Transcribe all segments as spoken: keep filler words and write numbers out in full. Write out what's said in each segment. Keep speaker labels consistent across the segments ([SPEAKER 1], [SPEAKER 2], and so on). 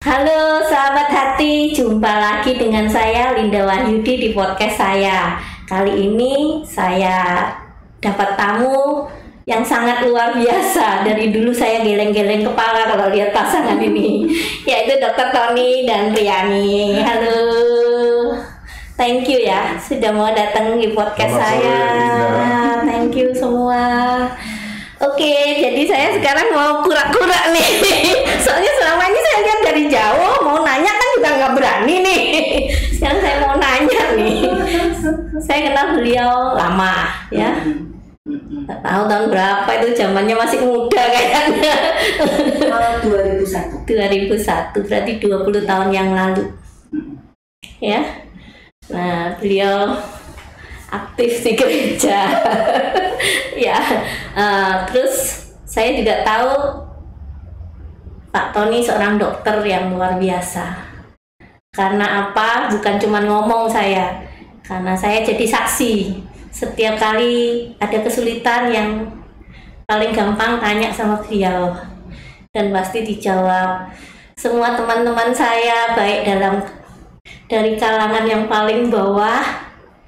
[SPEAKER 1] Halo sahabat hati, jumpa lagi dengan saya Linda Wahyudi di podcast saya. Kali ini saya dapat tamu yang sangat luar biasa. Dari dulu saya geleng-geleng kepala kalau lihat pasangan ini, yaitu dokter Tony dan Riani. Halo, thank you ya sudah mau datang di podcast
[SPEAKER 2] Selamat
[SPEAKER 1] saya.
[SPEAKER 2] sore,
[SPEAKER 1] Thank you semua. Oke, jadi saya sekarang mau kura-kura nih. Soalnya selama ini saya lihat dari jauh, mau nanya kan juga nggak berani nih. Sekarang saya mau nanya nih. Saya kenal beliau lama, ya. Nggak tahu tahun berapa itu, zamannya masih muda kayaknya.
[SPEAKER 3] dua ribu satu.
[SPEAKER 1] dua ribu satu, berarti dua puluh tahun yang lalu. Ya. Nah, beliau aktif di gereja. Ya, uh, terus saya juga tahu Pak Tony seorang dokter yang luar biasa. Karena apa? Bukan cuma ngomong saya, karena saya jadi saksi. Setiap kali ada kesulitan yang paling gampang tanya sama beliau dan pasti dijawab. Semua teman-teman saya baik dalam dari kalangan yang paling bawah,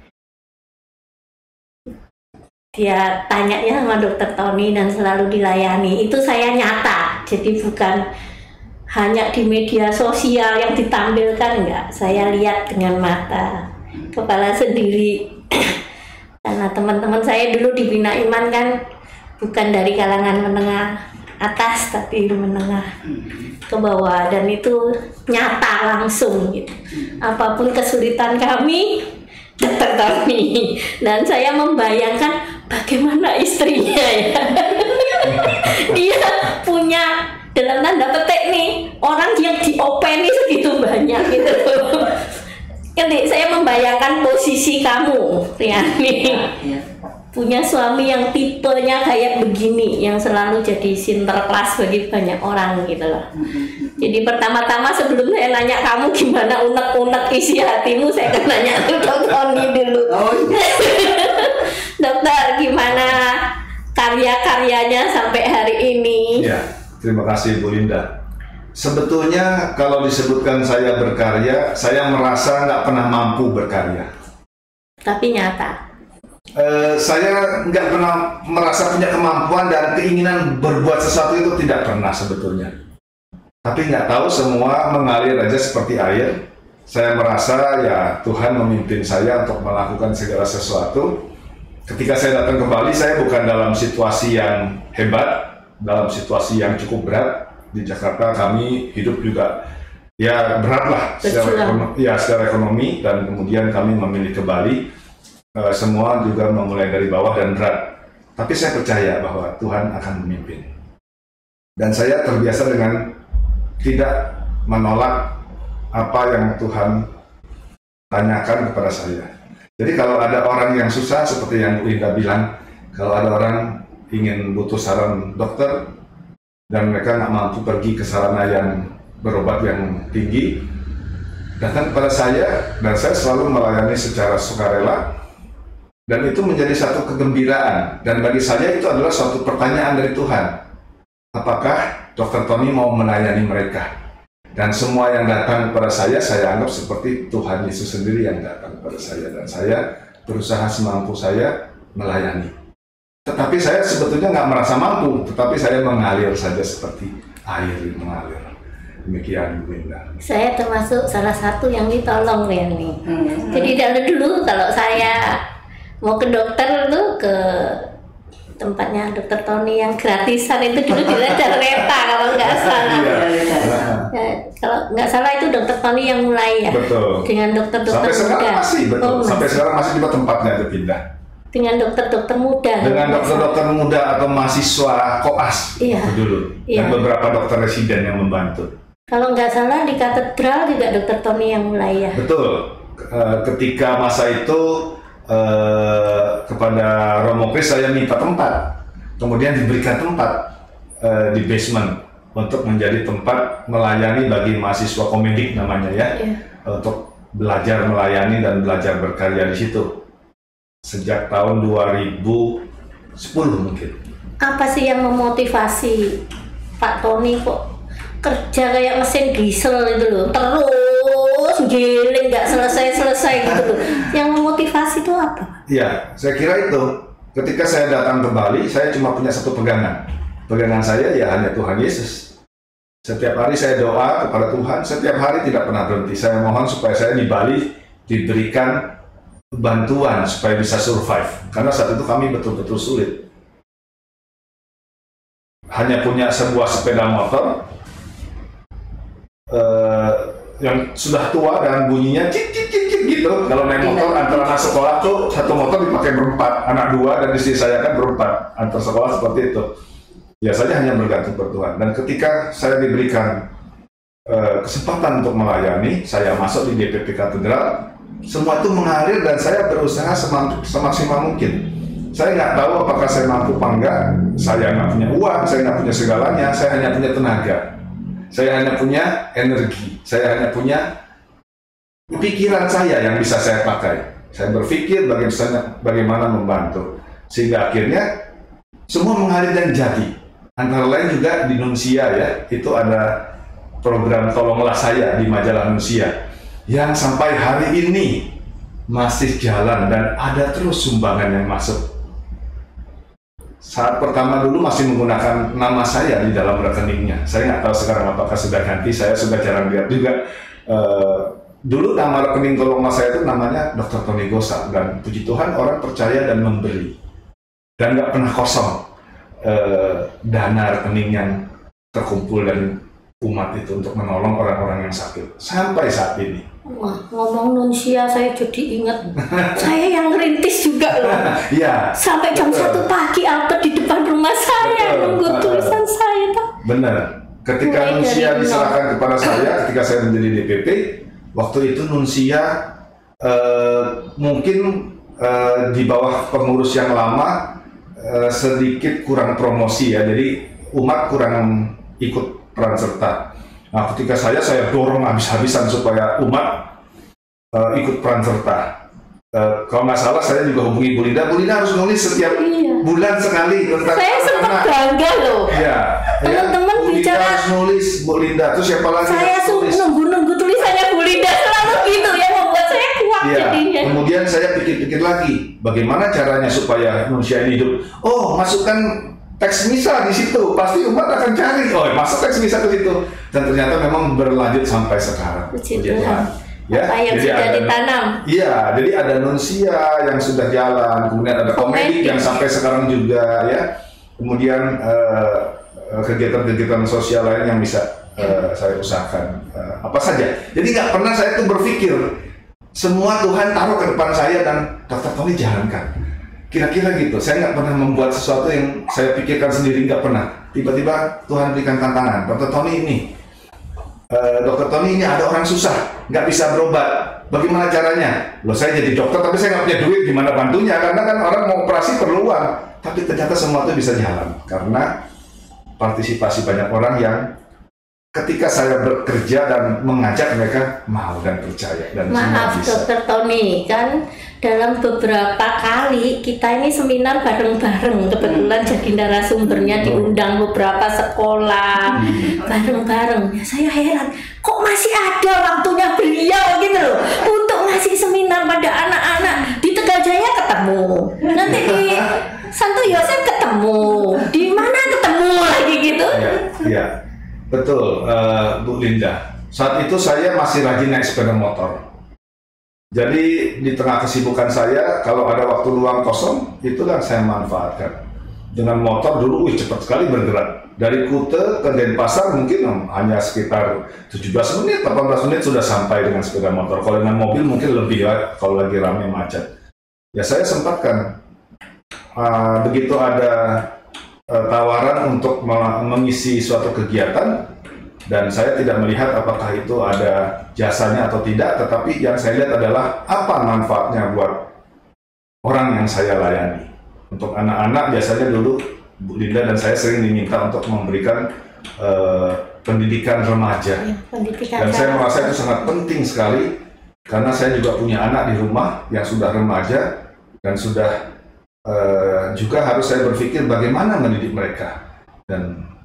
[SPEAKER 1] dia tanyanya sama dokter Tony dan selalu dilayani. Itu saya nyata, jadi bukan hanya di media sosial yang ditampilkan, enggak. Saya lihat dengan mata kepala sendiri. Karena teman-teman saya dulu di Bina Iman kan bukan dari kalangan menengah atas, tapi menengah ke bawah, dan itu nyata langsung gitu. Apapun kesulitan kami, dokter Tony, dan saya membayangkan bagaimana istrinya ya. Dia punya dalam tanda petik nih orang yang diopeni segitu banyak gitu loh. Jadi saya membayangkan posisi kamu, Riani, punya suami yang tipenya kayak begini, yang selalu jadi sinterklas bagi banyak orang gitu loh. Jadi pertama-tama sebelum saya nanya kamu gimana unek-unek isi hatimu, saya akan nanya ke dokter Tony dulu. Dokter, gimana karya-karyanya sampai hari ini?
[SPEAKER 2] Ya, terima kasih Bu Linda. Sebetulnya kalau disebutkan saya berkarya, saya merasa nggak pernah mampu berkarya.
[SPEAKER 1] Tapi nyata.
[SPEAKER 2] Uh, saya nggak pernah merasa punya kemampuan dan keinginan berbuat sesuatu, itu tidak pernah sebetulnya. Tapi nggak tahu, semua mengalir aja seperti air. Saya merasa ya Tuhan memimpin saya untuk melakukan segala sesuatu. Ketika saya datang ke Bali, saya bukan dalam situasi yang hebat, dalam situasi yang cukup berat. Di Jakarta kami hidup juga ya berat lah secara ekonomi, ya secara ekonomi, dan kemudian kami memilih ke Bali. Uh, semua juga memulai dari bawah dan berat. Tapi saya percaya bahwa Tuhan akan memimpin. Dan saya terbiasa dengan tidak menolak apa yang Tuhan tanyakan kepada saya. Jadi kalau ada orang yang susah, seperti yang Linda bilang, kalau ada orang ingin butuh saran dokter dan mereka nggak mampu pergi ke sarana yang berobat yang tinggi, datang kepada saya dan saya selalu melayani secara sukarela, dan itu menjadi satu kegembiraan. Dan bagi saya itu adalah suatu pertanyaan dari Tuhan, apakah dokter Tony mau melayani mereka? Dan semua yang datang kepada saya, saya anggap seperti Tuhan Yesus sendiri yang datang kepada saya, dan saya berusaha semampu saya melayani. Tetapi saya sebetulnya nggak merasa mampu, tetapi saya mengalir saja seperti air mengalir. Demikian Bu Linda.
[SPEAKER 1] Saya termasuk salah satu yang ditolong Riani. Hmm. Jadi dari dulu kalau saya mau ke dokter tuh ke tempatnya dokter Tony yang gratisan itu dulu di Jakarta kalau nggak salah. Ya, kalau nggak salah itu dokter Tony yang mulai ya.
[SPEAKER 2] Betul.
[SPEAKER 1] Dengan dokter-dokter
[SPEAKER 2] muda. Sampai sekarang masih betul.
[SPEAKER 1] Oh,
[SPEAKER 2] Sampai sekarang masih juga tempatnya itu pindah.
[SPEAKER 1] Dengan dokter-dokter muda.
[SPEAKER 2] Dengan dokter-dokter muda atau mahasiswa koas
[SPEAKER 1] iya.
[SPEAKER 2] dulu.
[SPEAKER 1] Iya.
[SPEAKER 2] Dan beberapa dokter residen yang membantu.
[SPEAKER 1] Kalau nggak salah di katedral juga dokter Tony yang mulai ya.
[SPEAKER 2] Betul. Ketika masa itu Uh, kepada Romo Kris saya minta tempat, kemudian diberikan tempat uh, di basement untuk menjadi tempat melayani bagi mahasiswa komedik namanya ya, yeah. Untuk belajar melayani dan belajar berkarya di situ sejak tahun dua ribu sepuluh mungkin.
[SPEAKER 1] Apa sih yang memotivasi Pak Tony kok kerja kayak mesin diesel itu loh, terus giling nggak selesai-selesai gitu loh. Yang memotivasi itu apa?
[SPEAKER 2] Ya, saya kira itu. Ketika saya datang ke Bali, saya cuma punya satu pegangan. Pegangan saya ya hanya Tuhan Yesus. Setiap hari saya doa kepada Tuhan, setiap hari tidak pernah berhenti. Saya mohon supaya saya di Bali diberikan bantuan supaya bisa survive. Karena saat itu kami betul-betul sulit. Hanya punya sebuah sepeda motor uh, yang sudah tua dan bunyinya cik cik cik cik gitu. Kalau naik motor antara anak sekolah tuh satu motor dipakai berempat, anak dua dan istri saya kan berempat antar sekolah seperti itu. Biasanya hanya bergantung pada Tuhan. Dan ketika saya diberikan uh, kesempatan untuk melayani, saya masuk di D P P Katedral, semua itu mengalir dan saya berusaha semaksimal mungkin. Saya nggak tahu apakah saya mampu apa enggak. Saya nggak punya uang, saya nggak punya segalanya, saya hanya punya tenaga. Saya hanya punya energi, saya hanya punya pikiran saya yang bisa saya pakai. Saya berpikir bagaimana, bagaimana membantu. Sehingga akhirnya semua mengalir dan jadi. Antara lain juga di Nunsia ya, itu ada program Tolonglah Saya di majalah Nunsia yang sampai hari ini masih jalan dan ada terus sumbangan yang masuk. Saat pertama dulu masih menggunakan nama saya di dalam rekeningnya. Saya nggak tahu sekarang apakah sudah ganti, saya sudah jarang lihat juga. Uh, dulu nama rekening Tolonglah Saya itu namanya dokter Tony Gosa, dan puji Tuhan orang percaya dan memberi. Dan nggak pernah kosong. Uh, dana rekening yang terkumpul dan umat itu untuk menolong orang-orang yang sakit sampai saat ini.
[SPEAKER 1] Wah, ngomong Nunsia saya jadi ingat saya yang ngerintis juga loh.
[SPEAKER 2] Iya.
[SPEAKER 1] Sampai jam satu pagi Albert di depan rumah saya betul, nunggu tulisan saya tuh.
[SPEAKER 2] Benar. Ketika mulai Nunsia diserahkan kepada saya, ketika saya menjadi D P P, waktu itu Nunsia uh, mungkin uh, di bawah pengurus yang lama Uh, sedikit kurang promosi ya, jadi umat kurang ikut peran serta. Nah, ketika saya saya dorong habis-habisan supaya umat uh, ikut peran serta. Uh, kalau nggak salah saya juga hubungi Bu Linda. Bu Linda harus nulis setiap iya. bulan sekali tentang.
[SPEAKER 1] Saya sempat bangga loh.
[SPEAKER 2] Ya,
[SPEAKER 1] teman-teman
[SPEAKER 2] ya,
[SPEAKER 1] bicara.
[SPEAKER 2] Harus nulis Bu Linda. Terus siapa lagi?
[SPEAKER 1] Saya nunggu-nunggu tulisannya Bu Linda selalu gitu yang membuat saya kuat
[SPEAKER 2] ya,
[SPEAKER 1] jadinya.
[SPEAKER 2] Kemudian saya pikir-pikir lagi, bagaimana caranya supaya Nunsia ini hidup? Oh, masukkan teks misa di situ, pasti umat akan cari. Oh, masuk teks misa ke situ, dan ternyata memang berlanjut sampai sekarang.
[SPEAKER 1] Puji Tuhan.
[SPEAKER 2] Ya,
[SPEAKER 1] apa yang
[SPEAKER 2] jadi
[SPEAKER 1] sudah
[SPEAKER 2] ada,
[SPEAKER 1] ditanam.
[SPEAKER 2] Iya, jadi ada Nunsia yang sudah jalan, kemudian ada komedi yang sampai sekarang juga ya. Kemudian uh, kegiatan-kegiatan sosial lain yang bisa uh, saya usahakan uh, apa saja. Jadi nggak pernah saya tuh berpikir semua Tuhan taruh ke depan saya dan dokter Tony jalankan. Kira-kira gitu. Saya nggak pernah membuat sesuatu yang saya pikirkan sendiri, nggak pernah. Tiba-tiba Tuhan berikan tantangan. Dokter Tony ini, uh, dokter Tony ini ada orang susah, nggak bisa berobat. Bagaimana caranya? Loh, saya jadi dokter tapi saya nggak punya duit, gimana bantunya? Karena kan orang mau operasi perlu uang. Tapi ternyata semua itu bisa jalan karena partisipasi banyak orang yang ketika saya bekerja dan mengajak mereka mau dan percaya dan
[SPEAKER 1] maaf dokter Tony, kan dalam beberapa kali kita ini seminar bareng-bareng, kebetulan hmm. jadi narasumbernya diundang beberapa sekolah hmm. bareng-bareng. Ya, saya heran kok masih ada waktunya beliau gitu loh untuk ngasih seminar pada anak-anak. Di Tegal Jaya ketemu, nanti di Santo Yosef ketemu, di mana ketemu lagi gitu.
[SPEAKER 2] Iya, ya. Betul, uh, Bu Linda. Saat itu saya masih rajin naik sepeda motor. Jadi di tengah kesibukan saya, kalau ada waktu luang kosong, itulah saya manfaatkan. Dengan motor dulu, wih cepat sekali bergerak. Dari Kute ke Denpasar mungkin hanya sekitar tujuh belas menit, delapan belas menit sudah sampai dengan sepeda motor. Kalau dengan mobil mungkin lebih ya, kalau lagi ramai macet. Ya saya sempatkan. Uh, begitu ada uh, tawaran untuk mengisi suatu kegiatan, dan saya tidak melihat apakah itu ada jasanya atau tidak, tetapi yang saya lihat adalah apa manfaatnya buat orang yang saya layani. Untuk anak-anak biasanya dulu Bu Linda dan saya sering diminta untuk memberikan uh, pendidikan remaja, ya, pendidikan dan saya merasa itu sangat penting sekali karena saya juga punya anak di rumah yang sudah remaja dan sudah uh, juga harus saya berpikir bagaimana mendidik mereka. Dan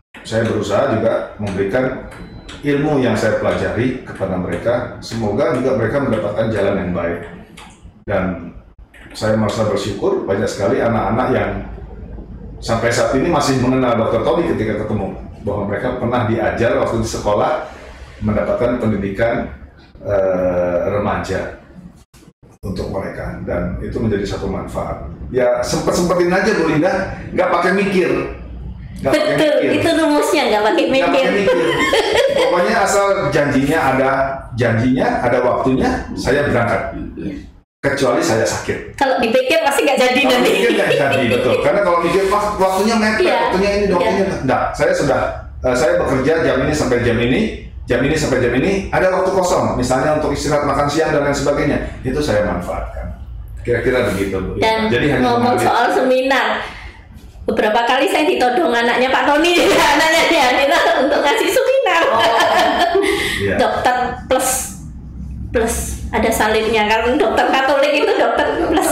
[SPEAKER 2] saya berusaha juga memberikan ilmu yang saya pelajari kepada mereka, semoga juga mereka mendapatkan jalan yang baik. Dan saya merasa bersyukur banyak sekali anak-anak yang sampai saat ini masih mengenal dokter Tony ketika ketemu, bahwa mereka pernah diajar waktu di sekolah mendapatkan pendidikan eh, remaja untuk mereka, dan itu menjadi satu manfaat. Ya sempet-sempetin aja Bu Linda, nggak pakai mikir. Gak
[SPEAKER 1] Betul, itu rumusnya nggak pakai mikir.
[SPEAKER 2] Gak pakai mikir. Pokoknya asal janjinya ada, janjinya ada waktunya, saya berangkat. Kecuali saya sakit.
[SPEAKER 1] Kalau dipikir pasti nggak jadi
[SPEAKER 2] Kalau
[SPEAKER 1] nanti.
[SPEAKER 2] mikir nggak jadi, betul. Karena kalau mikir wah, waktunya mepet,
[SPEAKER 1] Iya.
[SPEAKER 2] waktunya ini, waktunya
[SPEAKER 1] Iya.
[SPEAKER 2] enggak. Saya sudah, uh, saya bekerja jam ini sampai jam ini, jam ini sampai jam ini, ada waktu kosong, misalnya untuk istirahat, makan siang dan lain sebagainya. Itu saya manfaatkan. Kira-kira begitu, Bu.
[SPEAKER 1] Dan
[SPEAKER 2] Jadi hanya
[SPEAKER 1] ngomong
[SPEAKER 2] mengalir.
[SPEAKER 1] soal seminar, beberapa kali saya ditodong anaknya Pak Tony, anaknya Dianita untuk ngasih seminar.
[SPEAKER 3] Oh.
[SPEAKER 2] Iya.
[SPEAKER 1] Dokter plus plus ada salibnya, kan dokter Katolik itu dokter plus.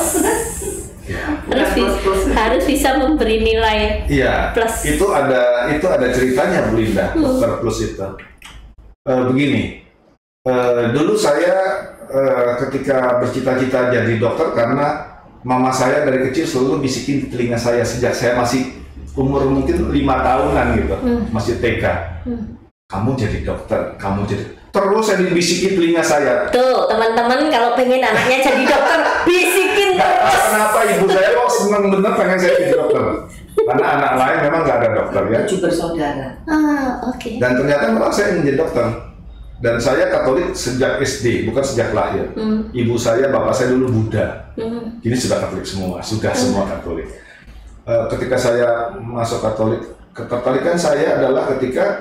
[SPEAKER 1] harus bi- harus bisa memberi nilai
[SPEAKER 2] Iya,
[SPEAKER 1] plus.
[SPEAKER 2] itu ada itu ada ceritanya Bu Linda, dokter plus itu. Eh, begini, eh, dulu saya eh, ketika bercita-cita jadi dokter karena mama saya dari kecil selalu bisikin di telinga saya sejak saya masih umur mungkin lima tahunan gitu,
[SPEAKER 1] Hmm.
[SPEAKER 2] masih T K.
[SPEAKER 1] Hmm.
[SPEAKER 2] Kamu jadi dokter, kamu jadi terus saya dibisikin telinga saya.
[SPEAKER 1] Tuh teman-teman, kalau pengen anaknya jadi dokter, bisikin
[SPEAKER 2] Nggak tahu
[SPEAKER 1] terus.
[SPEAKER 2] kenapa ibu saya kok seneng bener pengen saya jadi dokter. Karena anak lain memang nggak ada dokter ya.
[SPEAKER 3] Tujuh bersaudara.
[SPEAKER 1] Ah, oke.
[SPEAKER 2] Dan ternyata memang saya ingin jadi dokter. Dan saya Katolik sejak S D, bukan sejak lahir.
[SPEAKER 1] Hmm.
[SPEAKER 2] Ibu saya, bapak saya dulu Buddha.
[SPEAKER 1] Hmm.
[SPEAKER 2] Kini sudah Katolik semua, sudah semua Katolik. Eh, ketika saya masuk Katolik, ketertarikan saya adalah ketika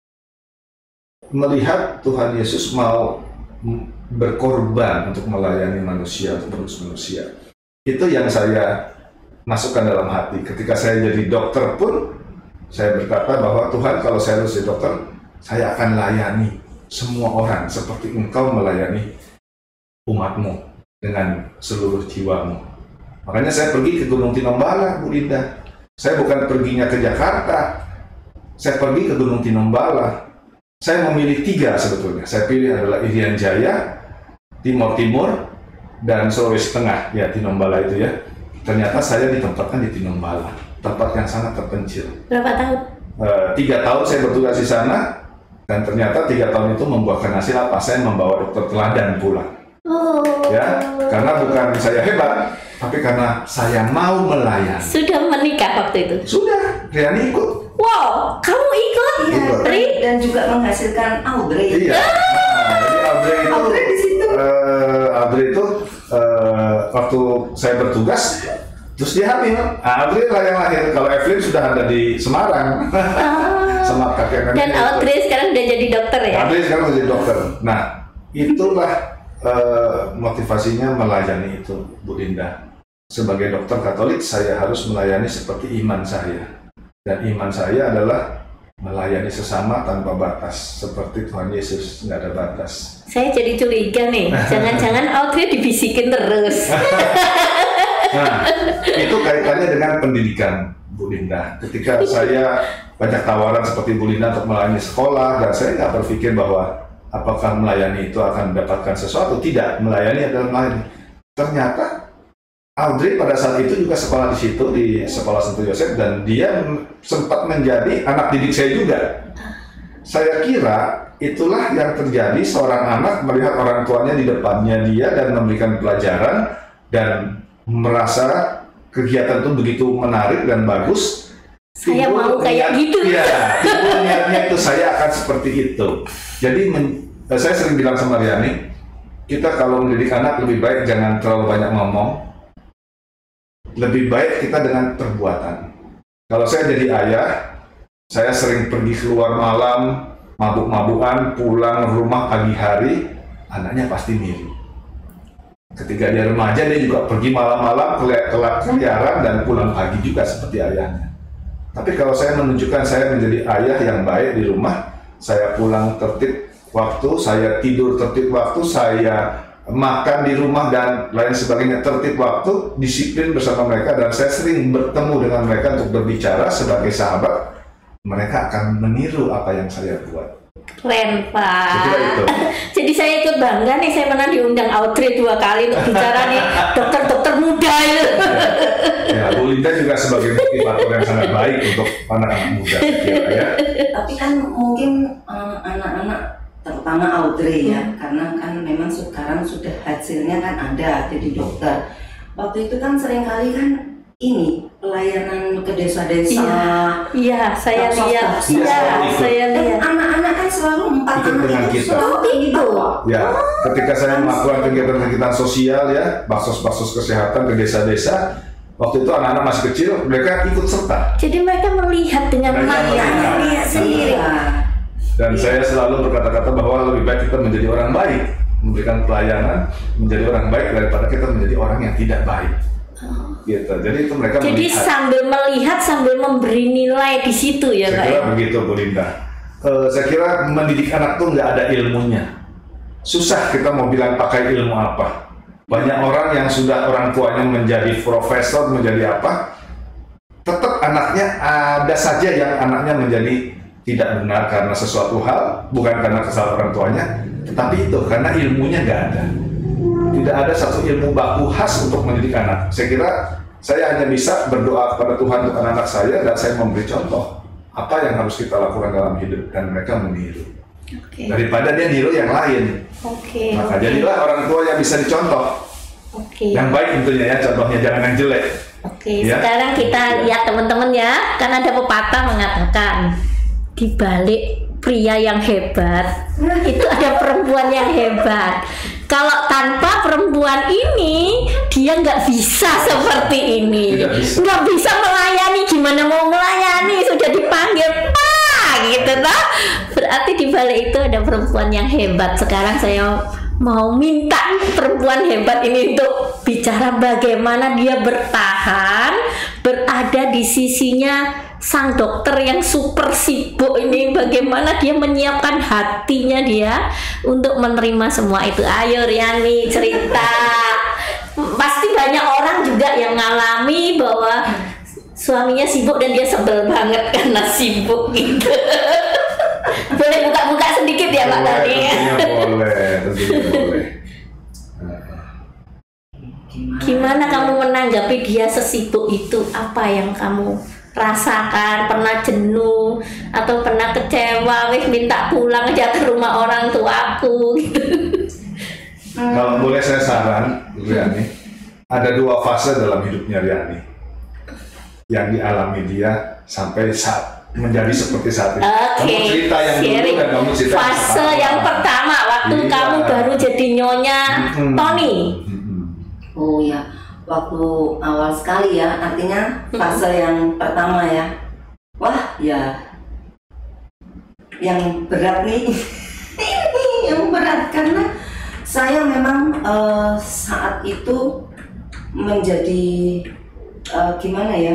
[SPEAKER 2] melihat Tuhan Yesus mau m- berkorban untuk melayani manusia, untuk menebus manusia. Itu yang saya masukkan dalam hati. Ketika saya jadi dokter pun, saya berkata bahwa Tuhan, kalau saya harus jadi dokter, saya akan layani semua orang seperti Engkau melayani umatmu dengan seluruh jiwamu. Makanya saya pergi ke Gunung Tinombala, Bu Linda. Saya bukan perginya ke Jakarta, saya pergi ke Gunung Tinombala. Saya memilih tiga sebetulnya. Saya pilih adalah Irian Jaya, Timur Timur, dan Sulawesi Tengah. Ya, Tinombala itu ya. Ternyata saya ditempatkan di Tinombala, tempat yang sangat terpencil.
[SPEAKER 1] Berapa tahun?
[SPEAKER 2] Eh, tiga tahun saya bertugas di sana, dan ternyata tiga tahun itu membuahkan hasil apa? Saya membawa dokter teladan pulang.
[SPEAKER 1] Oh.
[SPEAKER 2] Ya, karena bukan saya hebat, tapi karena saya mau melayani.
[SPEAKER 1] Sudah menikah waktu itu?
[SPEAKER 2] Sudah, Riani ikut.
[SPEAKER 1] Wow, kamu ikut?
[SPEAKER 2] Ikut.
[SPEAKER 1] Tri?
[SPEAKER 3] Dan juga menghasilkan Audrey.
[SPEAKER 2] Iya. Nah, jadi Audrey itu,
[SPEAKER 3] Audrey di situ.
[SPEAKER 2] eh, Audrey itu eh, waktu saya bertugas, terus dia hamil. Nah, Audrey lah yang lahir. Kalau Evelyn sudah ada di Semarang,
[SPEAKER 1] Ah.
[SPEAKER 2] sama kakek
[SPEAKER 1] Dan Audrey sekarang udah jadi dokter ya?
[SPEAKER 2] Audrey sekarang sudah jadi dokter. Nah, itulah eh, motivasinya melayani itu, Bu Linda. Sebagai dokter Katolik, saya harus melayani seperti iman saya. Dan iman saya adalah melayani sesama tanpa batas, seperti Tuhan Yesus, nggak ada batas.
[SPEAKER 1] Saya jadi curiga nih, jangan-jangan Audrey dibisikin terus.
[SPEAKER 2] Nah, itu kaitannya dengan pendidikan, Bu Linda. Ketika saya banyak tawaran seperti Bu Linda untuk melayani sekolah, dan saya nggak berpikir bahwa apakah melayani itu akan mendapatkan sesuatu. Tidak, melayani adalah melayani. Ternyata Audrey pada saat itu juga sekolah di situ, di sekolah Santo Yosef, dan dia sempat menjadi anak didik saya juga. Saya kira itulah yang terjadi, seorang anak melihat orang tuanya di depannya dia dan memberikan pelajaran dan merasa kegiatan itu begitu menarik dan bagus.
[SPEAKER 1] Saya
[SPEAKER 2] Timbul
[SPEAKER 1] mau kayak
[SPEAKER 2] niat-
[SPEAKER 1] gitu.
[SPEAKER 2] Iya, timbul niatnya itu saya akan seperti itu. Jadi men- saya sering bilang sama Riani, kita kalau mendidik anak lebih baik jangan terlalu banyak ngomong, lebih baik kita dengan perbuatan. Kalau saya jadi ayah, saya sering pergi keluar malam, mabuk-mabukan, pulang rumah pagi hari, anaknya pasti mirip. Ketika dia remaja, dia juga pergi malam-malam, keliaran dan pulang pagi juga seperti ayahnya. Tapi kalau saya menunjukkan saya menjadi ayah yang baik di rumah, saya pulang tertib waktu, saya tidur tertib waktu, saya makan di rumah dan lain sebagainya tertib waktu, disiplin bersama mereka, dan saya sering bertemu dengan mereka untuk berbicara sebagai sahabat. mereka akan meniru apa yang saya buat.
[SPEAKER 1] Keren Pak.
[SPEAKER 2] Saya kira itu.
[SPEAKER 1] Jadi saya ikut bangga nih, saya pernah diundang Audrey dua kali untuk bicara nih dokter-dokter muda itu.
[SPEAKER 2] Ya, ya, Bu Linda juga sebagai motivator yang sangat baik untuk anak-anak muda, saya kira ya.
[SPEAKER 3] Tapi kan mungkin uh, anak-anak terutama Audrey ya, hmm. karena kan memang sekarang sudah hasilnya kan ada jadi dokter. Waktu itu kan seringkali kan ini pelayanan ke desa-desa.
[SPEAKER 1] Iya, saya lihat. Iya, saya lihat.
[SPEAKER 3] Anak-anak kan selalu empat anak itu selalu itu.
[SPEAKER 2] Ya, ketika saya melakukan kegiatan-kegiatan sosial ya, baksos-baksos kesehatan ke desa-desa, waktu itu anak-anak masih kecil, mereka ikut serta.
[SPEAKER 1] Jadi mereka melihat dengan matanya lihat sendiri.
[SPEAKER 2] Dan saya selalu berkata-kata bahwa lebih baik kita menjadi orang baik, memberikan pelayanan, menjadi orang baik daripada kita menjadi orang yang tidak baik. Gitu. Jadi itu mereka
[SPEAKER 1] Jadi
[SPEAKER 2] melihat.
[SPEAKER 1] sambil melihat sambil memberi nilai di situ ya,
[SPEAKER 2] Pak. Saya kira begitu, Bu Linda. Uh, saya kira mendidik anak tuh nggak ada ilmunya. Susah kita mau bilang pakai ilmu apa. Banyak orang yang sudah orang tuanya menjadi profesor, menjadi apa, tetap anaknya ada saja yang anaknya menjadi tidak benar karena sesuatu hal, bukan karena kesalahan orang tuanya, tetapi itu karena ilmunya nggak ada. Tidak ada satu ilmu baku khas untuk mendidik anak. Saya kira saya hanya bisa berdoa kepada Tuhan untuk anak-anak saya dan saya memberi contoh apa yang harus kita lakukan dalam hidup dan mereka meniru. Okay. Daripada dia niru yang lain.
[SPEAKER 1] Okay,
[SPEAKER 2] Maka
[SPEAKER 1] okay.
[SPEAKER 2] jadilah orang tua yang bisa dicontoh.
[SPEAKER 1] Okay.
[SPEAKER 2] Yang baik tentunya ya, contohnya jangan yang jelek.
[SPEAKER 1] Oke, okay, ya? Sekarang kita lihat teman-teman ya, kan ada pepatah mengatakan di balik pria yang hebat itu ada perempuan yang hebat. Kalau tanpa perempuan ini dia nggak bisa seperti ini, nggak bisa melayani. Gimana mau melayani, sudah dipanggil Pak gitu toh. Berarti di balik itu ada perempuan yang hebat. Sekarang saya mau minta perempuan hebat ini untuk bicara bagaimana dia bertahan berada di sisinya sang dokter yang super sibuk ini, bagaimana dia menyiapkan hatinya dia untuk menerima semua itu. Ayo Riani cerita. Pasti banyak orang juga yang ngalami bahwa suaminya sibuk dan dia sebel banget karena sibuk gitu. Boleh buka-buka sedikit ya Pak tadi?
[SPEAKER 2] Boleh, tentunya boleh.
[SPEAKER 1] Gimana kamu menanggapi dia sesibuk itu? Apa yang kamu rasakan? Pernah jenuh atau pernah kecewa, wis minta pulang aja ke rumah orang tuaku gitu?
[SPEAKER 2] Hmm. Kalau boleh saya saran, Riani, ada dua fase dalam hidupnya Riani yang dialami dia sampai saat menjadi seperti saat ini.
[SPEAKER 1] Okay.
[SPEAKER 2] Kamu cerita yang dulu dan kamu cerita
[SPEAKER 1] fase yang, yang pertama waktu iya. kamu baru jadi nyonya hmm. Tony.
[SPEAKER 2] Hmm.
[SPEAKER 3] Oh ya. Waktu awal sekali ya, artinya fase yang pertama ya. Wah ya, yang berat nih, yang berat karena saya memang uh, saat itu menjadi uh, gimana ya?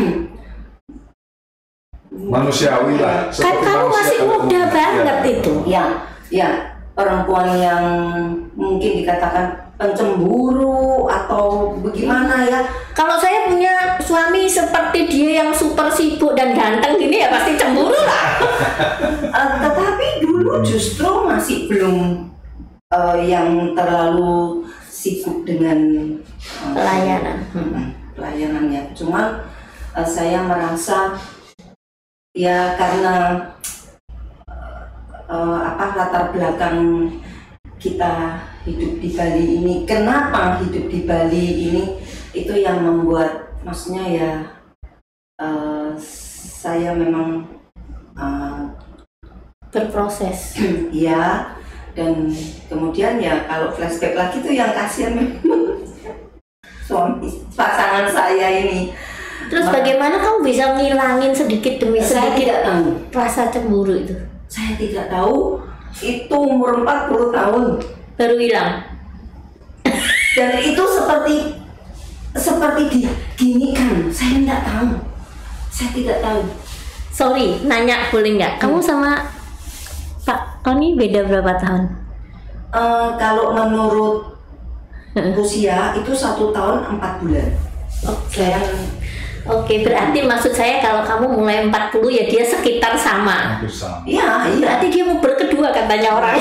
[SPEAKER 2] Manusiawi lah.
[SPEAKER 1] Kan kamu masih muda banget ya. Itu.
[SPEAKER 3] Ya, ya perempuan yang mungkin dikatakan pencemburu atau bagaimana ya.
[SPEAKER 1] Kalau saya punya suami seperti dia yang super sibuk dan ganteng gini ya pasti cemburu lah.
[SPEAKER 3] uh, tetapi dulu justru masih belum uh, yang terlalu sibuk dengan uh,
[SPEAKER 1] pelayanan.
[SPEAKER 3] Hmm, pelayanannya. Cuma uh, saya merasa ya karena uh, apa latar belakang kita hidup di Bali ini, kenapa hidup di Bali ini itu yang membuat maksudnya ya uh, saya memang uh,
[SPEAKER 1] berproses
[SPEAKER 3] ya, dan kemudian ya kalau flashback lagi tuh yang kasihan memang suami pasangan saya ini.
[SPEAKER 1] Terus bagaimana kamu bisa ngilangin sedikit demi
[SPEAKER 3] saya
[SPEAKER 1] sedikit
[SPEAKER 3] tidak tahu
[SPEAKER 1] rasa cemburu itu?
[SPEAKER 3] Saya tidak tahu. Itu umur empat puluh tahun
[SPEAKER 1] baru hilang.
[SPEAKER 3] Dan itu seperti seperti diginikan. Saya tidak tahu. Saya tidak tahu.
[SPEAKER 1] Sorry, nanya boleh nggak? Kamu sama Pak Tony beda berapa tahun?
[SPEAKER 3] Uh, kalau menurut usia itu satu tahun empat bulan.
[SPEAKER 1] Oke. Okay. Oke, berarti maksud saya kalau kamu mulai empat puluh ya dia sekitar sama.
[SPEAKER 2] Hampir sama.
[SPEAKER 3] Iya, iya.
[SPEAKER 1] Berarti dia mau berkedua katanya orang.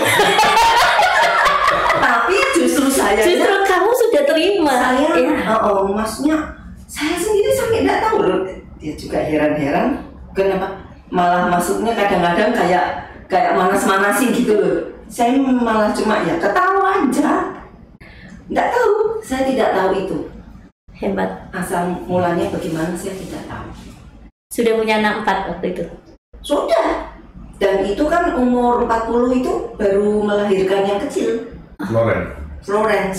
[SPEAKER 3] Tapi justru saya
[SPEAKER 1] Justru kamu sudah terima.
[SPEAKER 3] saya
[SPEAKER 1] ya.
[SPEAKER 3] oh, oh, maksudnya saya sendiri sampai nggak tahu loh. Dia juga heran-heran kenapa malah masuknya kadang-kadang kayak kayak manas-manasin gitu loh. Saya malah cuma ya ketawa aja. Nggak tahu, saya tidak tahu itu.
[SPEAKER 1] Hebat.
[SPEAKER 3] Asal mulanya bagaimana saya tidak tahu.
[SPEAKER 1] Sudah punya anak empat waktu itu.
[SPEAKER 3] Sudah. Dan itu kan umur empat puluh itu baru melahirkan yang kecil.
[SPEAKER 2] Florence.
[SPEAKER 3] Florence.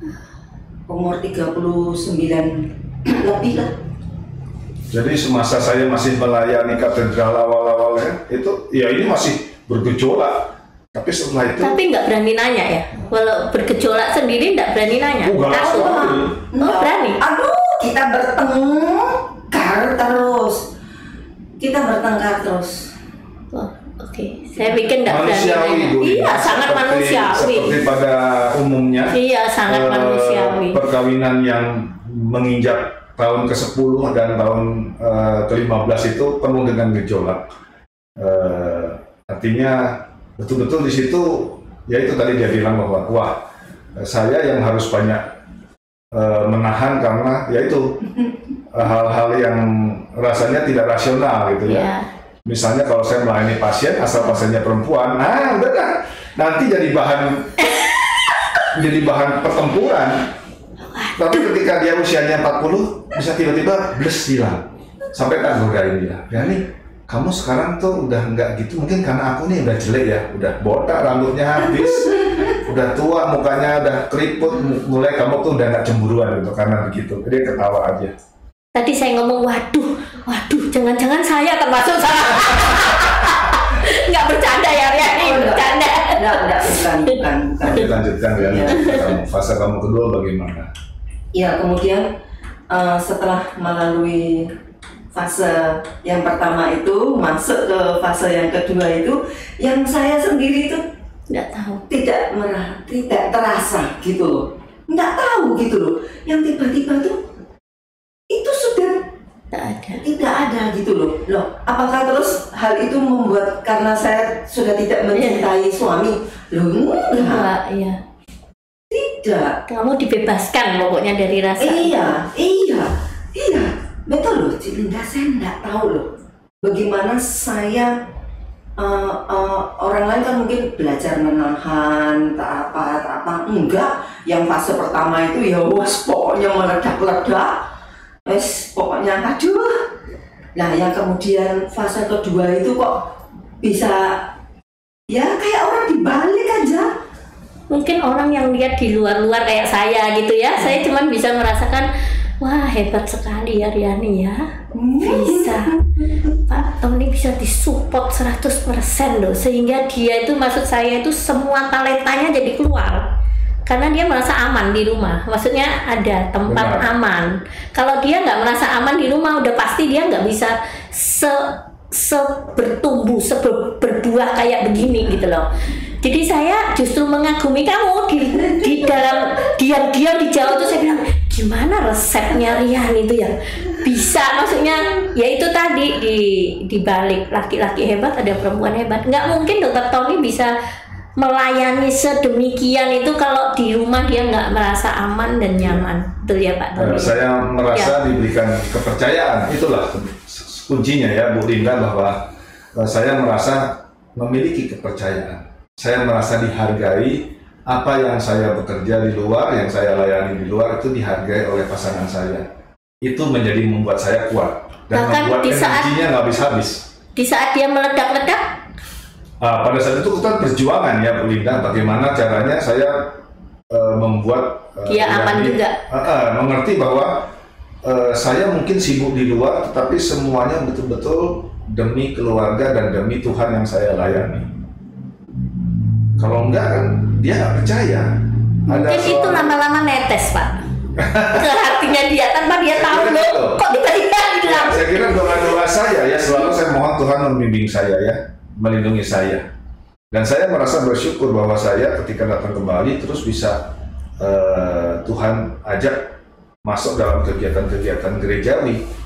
[SPEAKER 3] Umur tiga puluh sembilan lebih lah.
[SPEAKER 2] Jadi semasa saya masih melayani katedral awal-awal ya, itu ya ini masih bergejolak. Tapi setelah itu
[SPEAKER 1] Tapi nggak berani nanya ya. Walau bergejolak sendiri nggak berani nanya.
[SPEAKER 2] Oh, galak
[SPEAKER 1] Tahu.
[SPEAKER 2] sekali.
[SPEAKER 1] Oh, berani.
[SPEAKER 3] Aduh, kita bertengkar terus. Kita bertengkar terus.
[SPEAKER 1] Oh, oke. Saya pikir nggak berani
[SPEAKER 2] manusiawi
[SPEAKER 1] nanya.
[SPEAKER 2] Bu.
[SPEAKER 1] Iya, sangat
[SPEAKER 2] Seperti-
[SPEAKER 1] manusiawi.
[SPEAKER 2] Seperti pada umumnya.
[SPEAKER 1] Iya, sangat
[SPEAKER 2] eh,
[SPEAKER 1] manusiawi.
[SPEAKER 2] Perkawinan yang menginjak tahun ke sepuluh dan tahun eh, ke lima belas itu penuh dengan gejolak. Eh, artinya betul-betul di situ ya itu tadi dia bilang bahwa wah saya yang harus banyak eh, menahan karena ya itu eh, hal-hal yang rasanya tidak rasional gitu ya.
[SPEAKER 1] Iya.
[SPEAKER 2] Misalnya kalau saya melayani pasien asal pasiennya perempuan, nah udah dah nanti jadi bahan jadi bahan pertempuran. Tapi ketika dia usianya empat puluh bisa tiba-tiba bles hilang. Sampai tak godain dia. Ya nih, kamu sekarang tuh udah nggak gitu, mungkin karena aku nih udah jelek ya, udah botak, rambutnya habis, udah tua, mukanya udah keriput, mulai kamu tuh udah nggak cemburuan gitu karena begitu. Dia ketawa aja.
[SPEAKER 1] Tadi saya ngomong, waduh, waduh, jangan-jangan saya termasuk salah. Nggak bercanda ya, Ria? Ini
[SPEAKER 3] Oh,
[SPEAKER 1] bercanda.
[SPEAKER 3] Enggak, enggak, bukan, bukan, bukan.
[SPEAKER 2] Nanti lanjutkan ya,
[SPEAKER 3] Iya.
[SPEAKER 2] kamu fase kamu kedua bagaimana?
[SPEAKER 3] Ya, kemudian eh, setelah melalui fase yang pertama itu masuk ke fase yang kedua itu, yang saya sendiri itu
[SPEAKER 1] Nggak tahu.
[SPEAKER 3] tidak merah, tidak terasa gitu loh, nggak tahu gitu loh, yang tiba-tiba tuh itu sudah
[SPEAKER 1] Nggak ada.
[SPEAKER 3] tidak ada gitu loh. Loh, apakah terus hal itu membuat karena saya sudah tidak mencintai suami? Loh, enggak,
[SPEAKER 1] Enggak, iya.
[SPEAKER 3] tidak.
[SPEAKER 1] Kamu dibebaskan pokoknya dari rasa.
[SPEAKER 3] Iya, iya, iya, betul loh, Cik Linda. Saya nggak tahu loh, bagaimana saya uh, uh, orang lain kan mungkin belajar menahan, tak apa, tak apa, enggak. Yang fase pertama itu ya, wes pokoknya meledak-ledak, wes pokoknya aduh. Nah, yang kemudian fase kedua itu kok bisa ya kayak orang dibalik aja.
[SPEAKER 1] Mungkin orang yang lihat di luar-luar kayak saya gitu ya, saya cuman bisa merasakan, wah hebat sekali ya Riani ya, bisa Pak Tony bisa disupport seratus persen loh, sehingga dia itu maksud saya itu semua talentanya jadi keluar karena dia merasa aman di rumah, maksudnya ada tempat
[SPEAKER 2] Benar.
[SPEAKER 1] aman. Kalau dia nggak merasa aman di rumah, udah pasti dia nggak bisa se se bertumbuh, se ber- berbuah kayak begini gitu loh. Jadi saya justru mengagumi kamu di, di dalam diam-diam di jauh tuh saya bilang gimana resepnya Rian itu ya bisa, maksudnya ya itu tadi di di balik laki-laki hebat ada perempuan hebat. Nggak mungkin dokter Tony bisa melayani sedemikian itu kalau di rumah dia nggak merasa aman dan nyaman, betul ya Pak Tony?
[SPEAKER 2] Eh, saya merasa diberikan kepercayaan, itulah kuncinya ya Bu Linda, bahwa eh, saya merasa memiliki kepercayaan. Saya merasa dihargai, apa yang saya bekerja di luar, yang saya layani di luar itu dihargai oleh pasangan saya. Itu menjadi membuat saya kuat dan
[SPEAKER 1] Bahkan
[SPEAKER 2] membuat
[SPEAKER 1] di saat-
[SPEAKER 2] energinya nggak habis-habis.
[SPEAKER 1] Di saat dia meledak-ledak,
[SPEAKER 2] Ah, pada saat itu kan perjuangan ya Bu Linda, bagaimana caranya saya eh, membuat eh,
[SPEAKER 1] dia aman
[SPEAKER 2] Riani,
[SPEAKER 1] juga.
[SPEAKER 2] ah, ah, mengerti bahwa eh, saya mungkin sibuk di luar, tetapi semuanya betul-betul demi keluarga dan demi Tuhan yang saya layani. Kalau enggak kan dia nggak percaya. Ada
[SPEAKER 1] Mungkin itu
[SPEAKER 2] seorang-
[SPEAKER 1] lama-lama netes Pak ke hatinya dia tanpa dia tahu
[SPEAKER 2] kira
[SPEAKER 1] loh,
[SPEAKER 2] gitu.
[SPEAKER 1] kok tiba-tiba hilang.
[SPEAKER 2] Saya kira doa-doa saya ya selalu saya mohon Tuhan membimbing saya ya, melindungi saya. Dan saya merasa bersyukur bahwa saya ketika datang kembali terus bisa eh, Tuhan ajak masuk dalam kegiatan-kegiatan gerejawi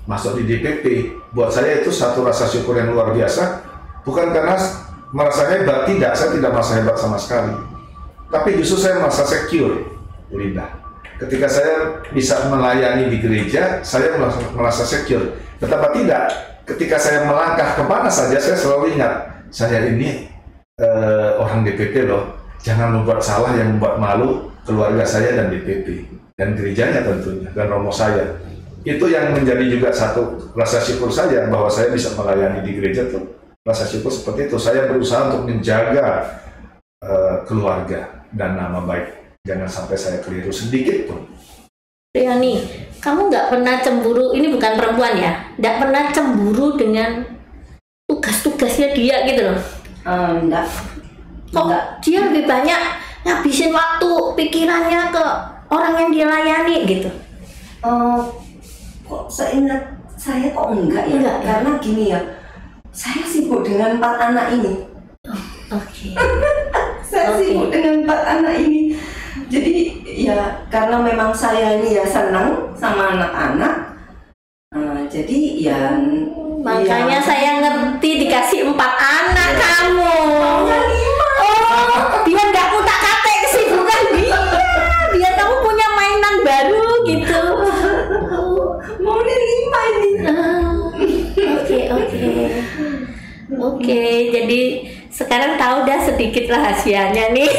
[SPEAKER 2] masuk di D P P, buat saya itu satu rasa syukur yang luar biasa. Bukan karena merasa hebat, tidak, saya tidak merasa hebat sama sekali. Tapi justru saya merasa secure, Bu Linda. Ketika saya bisa melayani di gereja, saya merasa, merasa secure. Betapa tidak, ketika saya melangkah kemana saja, saya selalu ingat, saya ini uh, orang D P P loh. Jangan membuat salah yang membuat malu keluarga saya dan D P P. Dan gerejanya tentunya, dan romo saya. Itu yang menjadi juga satu rasa syukur saya, bahwa saya bisa melayani di gereja tuh. Rasa syukur seperti itu. Saya berusaha untuk menjaga uh, keluarga dan nama baik. Jangan sampai saya keliru sedikit pun.
[SPEAKER 1] Riani, kamu nggak pernah cemburu, ini bukan perempuan ya, nggak pernah cemburu dengan tugas-tugasnya dia gitu loh?
[SPEAKER 3] Um, enggak.
[SPEAKER 1] Kok
[SPEAKER 3] enggak.
[SPEAKER 1] dia lebih banyak ngabisin waktu, pikirannya ke orang yang dia layani gitu?
[SPEAKER 3] Uh, kok seingat saya kok enggak ya?
[SPEAKER 1] Enggak, ya?
[SPEAKER 3] Karena gini ya, saya sibuk dengan empat anak ini.
[SPEAKER 1] Oke. Okay.
[SPEAKER 3] Saya
[SPEAKER 1] Okay.
[SPEAKER 3] sibuk dengan empat anak ini. Jadi ya karena memang saya ini ya senang sama anak-anak. Uh, jadi ya
[SPEAKER 1] makanya
[SPEAKER 3] ya,
[SPEAKER 1] saya ngerti dikasih empat anak
[SPEAKER 2] Ya.
[SPEAKER 1] kamu.
[SPEAKER 3] maunya lima.
[SPEAKER 1] Oh, biar nggak kutak-katik kesibukan dia, biar kamu punya mainan baru gitu.
[SPEAKER 3] Maunya lima ini.
[SPEAKER 1] Oke oke oke. Jadi sekarang tahu dah sedikit rahasianya nih.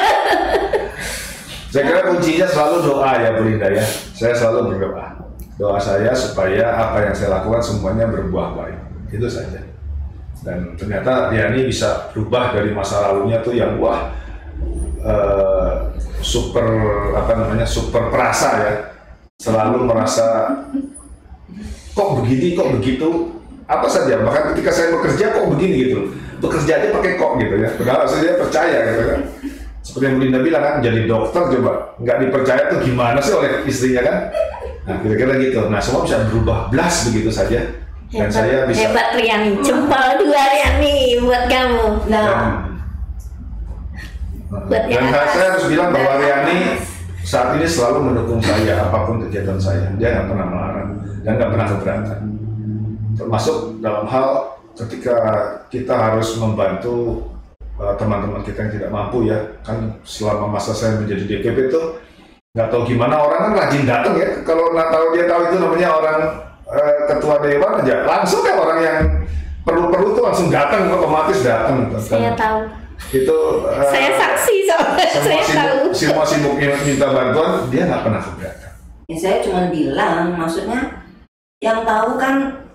[SPEAKER 2] Saya kira kuncinya selalu doa ya Bu Linda ya. Saya selalu berdoa. Doa saya supaya apa yang saya lakukan semuanya berbuah baik. Itu saja. Dan ternyata Riani bisa berubah dari masa lalunya tuh yang wah uh, super apa namanya super perasa ya. Selalu merasa kok begini kok begitu apa saja. Bahkan ketika saya bekerja kok begini gitu. Bekerja aja pakai kok gitu ya. Padahal saya percaya gitu kan. Seperti yang Bu Linda bilang kan, jadi dokter coba nggak dipercaya tuh gimana sih oleh istrinya kan? Nah kira-kira gitu. Nah semua bisa berubah belas begitu saja. Dan
[SPEAKER 1] Hebat,
[SPEAKER 2] saya bisa.
[SPEAKER 1] hebat Riani, jempol dua Riani buat kamu.
[SPEAKER 3] Nah,
[SPEAKER 2] Dan,
[SPEAKER 1] Buat yang
[SPEAKER 2] dan
[SPEAKER 1] atas.
[SPEAKER 2] saya harus bilang bahwa
[SPEAKER 3] Dan
[SPEAKER 2] Riani
[SPEAKER 3] atas.
[SPEAKER 2] saat ini selalu mendukung saya apapun kegiatan saya. Dia nggak pernah melarang dan nggak pernah keberatan. Termasuk dalam hal ketika kita harus membantu uh, teman-teman kita yang tidak mampu ya. Kan selama masa saya menjadi D P P itu nggak tahu gimana orang kan rajin datang ya. Kalau nggak tahu dia tahu itu namanya orang uh, ketua dewan aja langsung kan orang yang perlu-perlu tuh langsung datang otomatis datang.
[SPEAKER 1] Saya tahu.
[SPEAKER 2] Itu uh,
[SPEAKER 1] Saya saksi soalnya.
[SPEAKER 2] semua
[SPEAKER 1] Saya
[SPEAKER 2] sibuk,
[SPEAKER 1] tahu.
[SPEAKER 2] semua sibuk minta bantuan dia nggak pernah keberatan.
[SPEAKER 3] ya saya cuma bilang, maksudnya yang tahu kan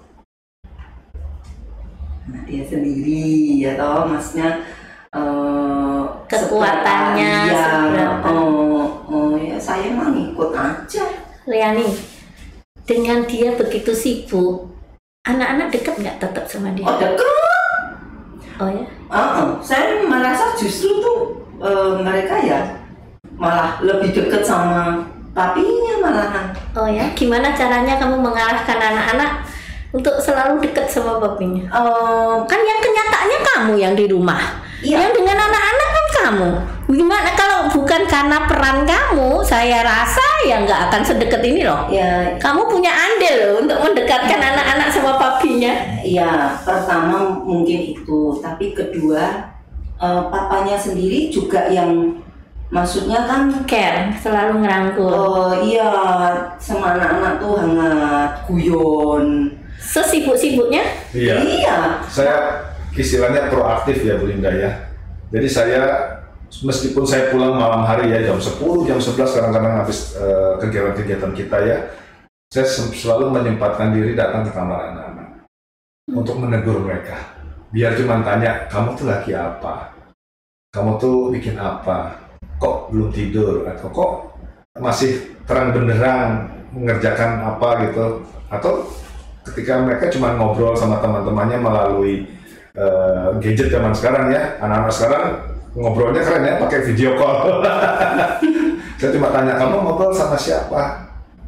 [SPEAKER 3] nah, dia sendiri ya toh, maksudnya eh,
[SPEAKER 1] Kekuatannya
[SPEAKER 3] seberapa, ya,
[SPEAKER 1] seberapa.
[SPEAKER 3] oh, oh ya saya mah ngikut aja.
[SPEAKER 1] Riani, dengan dia begitu sibuk, anak-anak dekat nggak tetap sama dia?
[SPEAKER 3] Oh deket.
[SPEAKER 1] Oh ya?
[SPEAKER 3] Uh-uh. Saya merasa justru tuh eh, mereka ya malah lebih deket sama papinya malahan.
[SPEAKER 1] Oh ya? Gimana caranya kamu mengarahkan anak-anak untuk selalu dekat sama papinya?
[SPEAKER 3] Eh,
[SPEAKER 1] Kan yang kenyataannya kamu yang di rumah.
[SPEAKER 3] Iya.
[SPEAKER 1] Yang dengan anak-anak kan kamu. Gimana kalau bukan karena peran kamu, saya rasa ya nggak akan sedekat ini loh.
[SPEAKER 3] ya
[SPEAKER 1] Kamu punya andil loh untuk mendekatkan anak-anak sama papinya.
[SPEAKER 3] Ya, pertama mungkin itu, tapi kedua eh, papanya sendiri juga yang maksudnya kan
[SPEAKER 1] Care, selalu ngerangkul.
[SPEAKER 3] oh iya sama anak-anak tuh hangat, guyon.
[SPEAKER 1] Sesibuk-sibuknya,
[SPEAKER 2] Iya.
[SPEAKER 3] Iya.
[SPEAKER 2] Saya istilahnya proaktif ya Bu Linda ya. Jadi saya meskipun saya pulang malam hari ya jam sepuluh, jam sebelas kadang-kadang habis uh, kegiatan-kegiatan kita ya, saya selalu menyempatkan diri datang ke kamar anak-anak untuk menegur mereka. Biar cuma tanya, kamu tuh lagi apa? Kamu tuh bikin apa? Kok belum tidur? Atau kok masih terang benderang mengerjakan apa gitu? Atau ketika mereka cuma ngobrol sama teman-temannya melalui uh, gadget zaman sekarang ya, anak-anak sekarang ngobrolnya keren ya, pakai video call. Saya cuma tanya, kamu ngobrol sama siapa?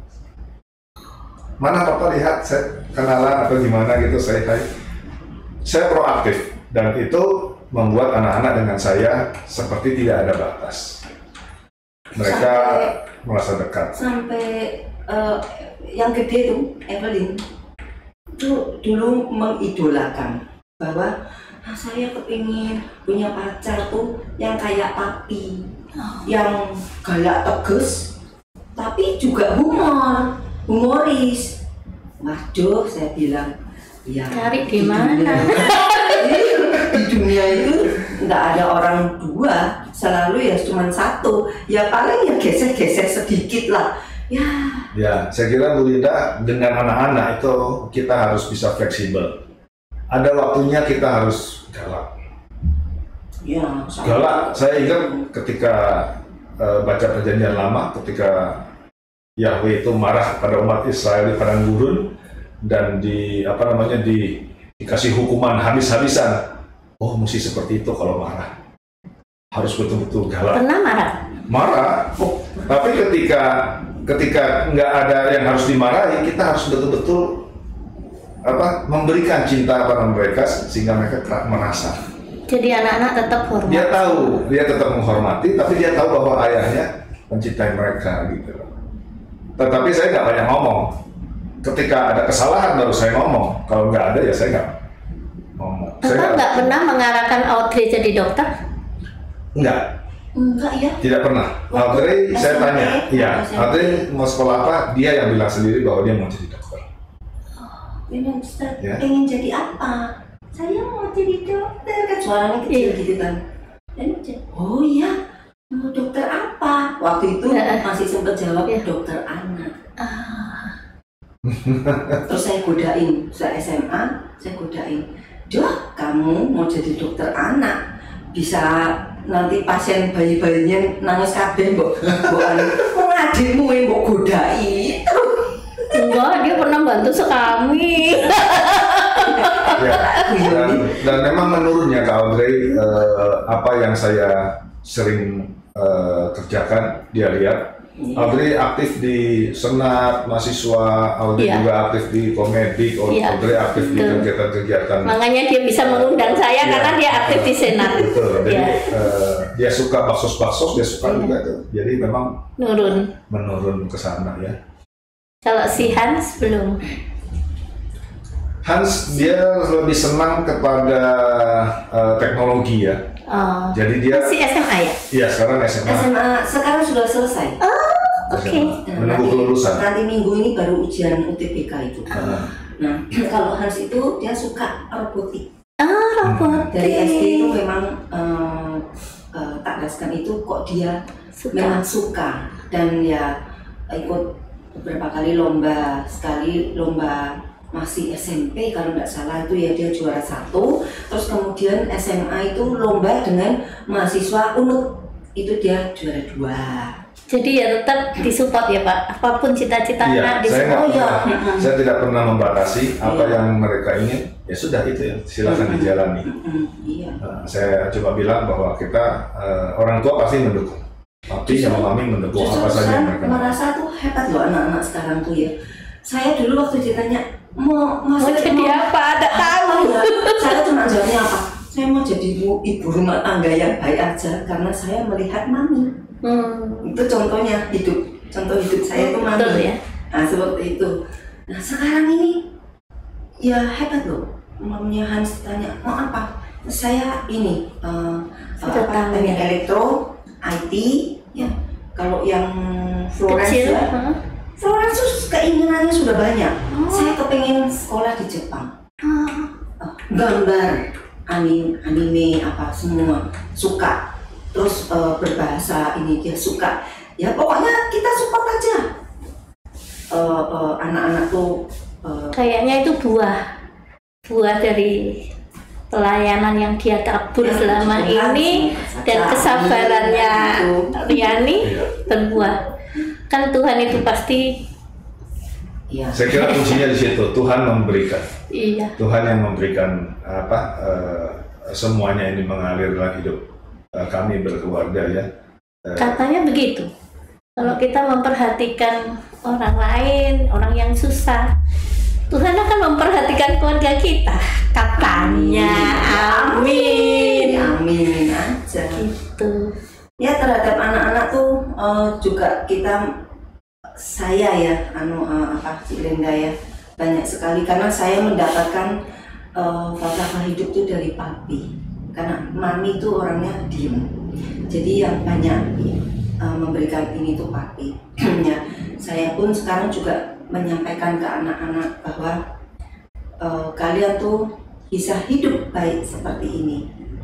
[SPEAKER 2] Mana papa lihat, saya kenalan atau gimana gitu, saya hai. Saya proaktif dan itu membuat anak-anak dengan saya seperti tidak ada batas. Mereka
[SPEAKER 3] Sampai-
[SPEAKER 2] merasa dekat.
[SPEAKER 3] Sampai eh, yang gede tuh Evelyn tuh dulu mengidolakan bahwa nah, saya kepingin punya pacar tuh yang kayak papi, yang galak tegas, tapi juga humor, humoris. Waduh, saya bilang, ya.
[SPEAKER 1] Cari di mana?
[SPEAKER 3] Di dunia itu nggak ada orang dua, selalu ya cuma satu. Ya paling ya gesek-gesek sedikit lah. Ya.
[SPEAKER 2] Ya, saya kira Bu Linda dengan anak-anak itu kita harus bisa fleksibel. Ada waktunya kita harus galak.
[SPEAKER 3] Ya.
[SPEAKER 2] Galak. Saya ingat ketika uh, baca Perjanjian Lama, ketika Yahweh itu marah kepada umat Israel di padang gurun dan di apa namanya di dikasih hukuman habis-habisan. Oh, mesti seperti itu kalau marah. Harus betul-betul galak.
[SPEAKER 1] Pernah marah?
[SPEAKER 2] Marah. Oh, tapi ketika ketika nggak ada yang harus dimarahi, kita harus betul-betul apa memberikan cinta pada mereka sehingga mereka merasa.
[SPEAKER 1] Jadi anak-anak tetap hormat.
[SPEAKER 2] Dia tahu, dia tetap menghormati, tapi dia tahu bahwa ayahnya mencintai mereka gitu. Tetapi saya nggak banyak ngomong. Ketika ada kesalahan baru saya ngomong. Kalau nggak ada ya saya nggak ngomong.
[SPEAKER 1] Bapak nggak pernah mengarahkan Audrey jadi dokter?
[SPEAKER 2] Enggak.
[SPEAKER 3] Enggak ya.
[SPEAKER 2] Tidak pernah. Audrey saya tanya, iya, Audrey mau sekolah apa? Dia yang bilang sendiri bahwa dia mau jadi dokter.
[SPEAKER 3] Oh, pengen,
[SPEAKER 2] Ya.
[SPEAKER 3] pengen jadi apa? Saya mau jadi dokter, kan suaranya kecil
[SPEAKER 1] Iya.
[SPEAKER 3] gitu kan. Dan oh iya, mau dokter apa? Waktu itu
[SPEAKER 1] Ya.
[SPEAKER 3] masih sempat jawab
[SPEAKER 1] Ya.
[SPEAKER 3] dokter anak.
[SPEAKER 1] Ah.
[SPEAKER 3] Terus saya godain, saya S M A, saya godain. Duh, kamu mau jadi dokter anak? Bisa nanti pasien bayi-bayinya nangis kabeh mbok mbok anu kok adikmu yang mbok godai.
[SPEAKER 1] Enggak, dia pernah bantu sekami.
[SPEAKER 2] Ya, dan, dan memang menurunnya Kak Audrey eh, apa yang saya sering eh, kerjakan, dia lihat Audrey aktif di senat mahasiswa, Audrey
[SPEAKER 1] Iya.
[SPEAKER 2] juga aktif di komedi,
[SPEAKER 1] Iya.
[SPEAKER 2] Audrey aktif di
[SPEAKER 1] Betul.
[SPEAKER 2] kegiatan-kegiatan.
[SPEAKER 1] Makanya dia bisa mengundang saya
[SPEAKER 2] Iya.
[SPEAKER 1] karena dia aktif di senat.
[SPEAKER 2] Betul, jadi
[SPEAKER 1] Iya.
[SPEAKER 2] eh, dia suka baksos-baksos, dia suka
[SPEAKER 1] Iya.
[SPEAKER 2] juga tuh. Jadi memang
[SPEAKER 1] Nurun.
[SPEAKER 2] menurun ke sana ya.
[SPEAKER 1] Kalau si Hans belum.
[SPEAKER 2] Hans dia lebih senang kepada eh, teknologi ya.
[SPEAKER 1] Oh.
[SPEAKER 2] Jadi dia,
[SPEAKER 1] Si S M A ya?
[SPEAKER 2] iya sekarang S M A.
[SPEAKER 3] S M A sekarang sudah selesai.
[SPEAKER 1] Oke.
[SPEAKER 2] S M A. Menunggu kelulusan.
[SPEAKER 3] Nanti minggu ini baru ujian U T B K itu.
[SPEAKER 2] Nah,
[SPEAKER 3] Nah, kalau Hans itu dia suka robotik.
[SPEAKER 1] Ah, robot.
[SPEAKER 3] Dari S D itu memang eh, eh, tak gaskan itu kok dia
[SPEAKER 1] Suka.
[SPEAKER 3] memang suka dan ya ikut beberapa kali lomba, sekali lomba masih S M P kalau nggak salah itu ya dia juara satu, terus kemudian S M A itu lomba dengan mahasiswa U N U itu dia juara dua.
[SPEAKER 1] Jadi ya tetap disupport ya Pak. Apapun cita-cita
[SPEAKER 2] iya,
[SPEAKER 1] anak
[SPEAKER 2] saya
[SPEAKER 1] disupport.
[SPEAKER 2] nggak
[SPEAKER 3] Oh, iya.
[SPEAKER 2] pernah, saya tidak pernah membatasi apa
[SPEAKER 3] Iya.
[SPEAKER 2] yang mereka ingin. Ya sudah itu ya, silakan
[SPEAKER 3] Mm-mm.
[SPEAKER 2] dijalani.
[SPEAKER 3] Mm-mm, iya.
[SPEAKER 2] Nah, saya coba bilang bahwa kita eh, orang tua pasti mendukung, papi
[SPEAKER 3] Justru-
[SPEAKER 2] sama mami mendukung
[SPEAKER 3] Justru
[SPEAKER 2] apa saja
[SPEAKER 3] saya
[SPEAKER 2] yang mereka mau.
[SPEAKER 3] merasa tuh hebat loh anak-anak sekarang tuh ya. Saya dulu waktu ditanya mau
[SPEAKER 1] Mau
[SPEAKER 3] masuk
[SPEAKER 1] jadi apa? Tidak tahu.
[SPEAKER 3] ya, saya cuma jawabnya apa? Saya mau jadi ibu, ibu rumah tangga yang baik aja karena saya melihat mami.
[SPEAKER 1] Hmm.
[SPEAKER 3] Itu contohnya hidup, contoh hidup saya itu mami.
[SPEAKER 1] Betul ya.
[SPEAKER 3] Nah seperti itu. Nah sekarang ini ya hebat loh. Mamanya Hans tanya mau apa? Saya ini uh,
[SPEAKER 1] Sudah
[SPEAKER 3] apa,
[SPEAKER 1] tahu
[SPEAKER 3] teknik
[SPEAKER 1] ya.
[SPEAKER 3] elektro, I T, ya. Kalau yang Florence
[SPEAKER 1] Kecil.
[SPEAKER 3] ya,
[SPEAKER 1] Hah?
[SPEAKER 3] Florence tuh keinginannya sudah banyak.
[SPEAKER 1] Oh.
[SPEAKER 3] Saya kepengen sekolah di Jepang.
[SPEAKER 1] Ah.
[SPEAKER 3] Oh, gambar, anime, anime apa semua suka. Terus eh, berbahasa ini dia suka. Ya pokoknya kita support aja. Eh, eh, anak-anak tuh eh,
[SPEAKER 1] Kayaknya itu buah. Buah dari pelayanan yang dia tabur
[SPEAKER 3] Ya,
[SPEAKER 1] selama
[SPEAKER 3] Tuhan,
[SPEAKER 1] ini
[SPEAKER 3] semoga
[SPEAKER 1] dan
[SPEAKER 3] saja.
[SPEAKER 1] kesabarannya
[SPEAKER 3] Amin.
[SPEAKER 1] Riani
[SPEAKER 2] Iya.
[SPEAKER 1] berbuah. Kan Tuhan itu pasti
[SPEAKER 3] ya.
[SPEAKER 2] Saya kira kuncinya di situ, Tuhan memberikan.
[SPEAKER 1] iya.
[SPEAKER 2] Tuhan yang memberikan apa eh, semuanya ini mengalir dalam hidup eh, kami berkeluarga ya. Eh,
[SPEAKER 1] Katanya begitu. Kalau kita memperhatikan orang lain, orang yang susah, Tuhan akan memperhatikan keluarga kita. Katanya, amin.
[SPEAKER 3] Amin aja.
[SPEAKER 1] Itu.
[SPEAKER 3] Ya terhadap anak-anak tuh eh, juga kita saya ya anu eh, apa Cik Linda ya banyak sekali karena saya mendapatkan uh, falsafah hidup itu dari papi. Karena mami itu orangnya diem, jadi yang banyak uh, memberikan ini tuh papi. Ya, saya pun sekarang juga menyampaikan ke anak-anak bahwa uh, kalian tuh bisa hidup baik seperti ini.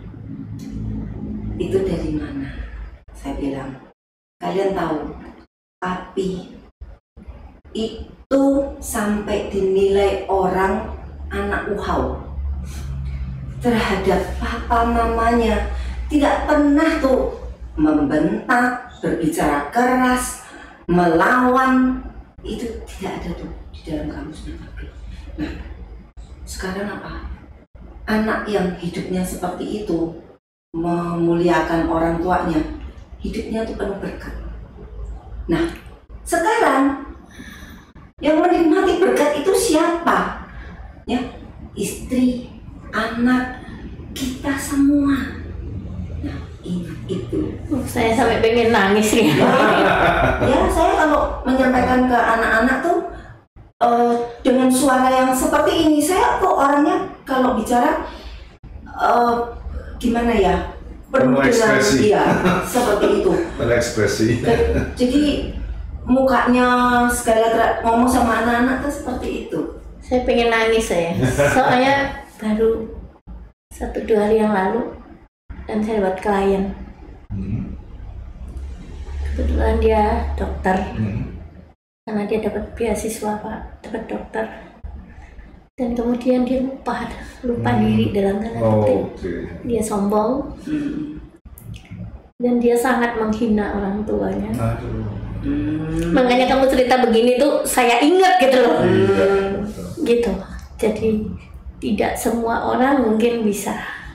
[SPEAKER 3] Itu dari mana? Saya bilang, kalian tahu, papi itu sampai dinilai orang anak uhau terhadap papa mamanya, tidak pernah tuh membentak, berbicara keras, melawan, itu tidak ada tuh di dalam kamusnya papi. Nah, sekarang apa? Anak yang hidupnya seperti itu, memuliakan orang tuanya, hidupnya tuh penuh berkat. Nah, sekarang yang menikmati berkat itu siapa? Ya, istri, anak, kita semua. Nah, ingat itu.
[SPEAKER 1] Oh, saya sampai pengen nangis nih.
[SPEAKER 3] Ya, ya, saya kalau menyampaikan ke anak-anak tuh uh, dengan suara yang seperti ini, saya kok orangnya kalau bicara uh, gimana ya?
[SPEAKER 2] Penuh ekspresi.
[SPEAKER 3] Iya, seperti itu.
[SPEAKER 2] Penuh ekspresi.
[SPEAKER 3] Jadi mukanya segala ngomong sama anak-anak tuh seperti itu.
[SPEAKER 1] Saya pengen nangis saya. Soalnya baru satu dua hari yang lalu dan saya dapat klien. Hmm. Kebetulan dia dokter. Hmm. Karena dia dapat beasiswa Pak, dapat dokter. Dan kemudian dia lupa, lupa hmm. diri dalam tanda kutip. Oh, okay. Dia sombong. Hmm. Dan dia sangat menghina orang tuanya. Aduh. Hmm. Makanya kamu cerita begini tuh saya ingat gitu loh. Hmm. Gitu. Jadi tidak semua orang mungkin bisa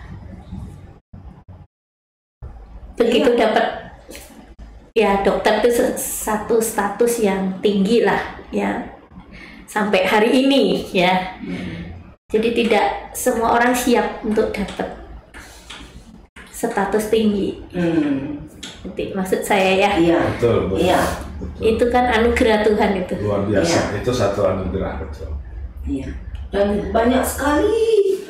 [SPEAKER 1] begitu iya. dapat ya dokter itu satu status yang tinggi lah ya sampai hari ini ya. Hmm. Jadi tidak semua orang siap untuk dapat status tinggi. Hmm. Jadi, maksud saya ya.
[SPEAKER 3] Iya.
[SPEAKER 2] Betul, betul.
[SPEAKER 3] Iya.
[SPEAKER 2] Betul.
[SPEAKER 1] Itu kan anugerah Tuhan itu.
[SPEAKER 2] Luar biasa.
[SPEAKER 3] Iya.
[SPEAKER 2] Itu satu anugerah betul.
[SPEAKER 3] Iya. Dan banyak sekali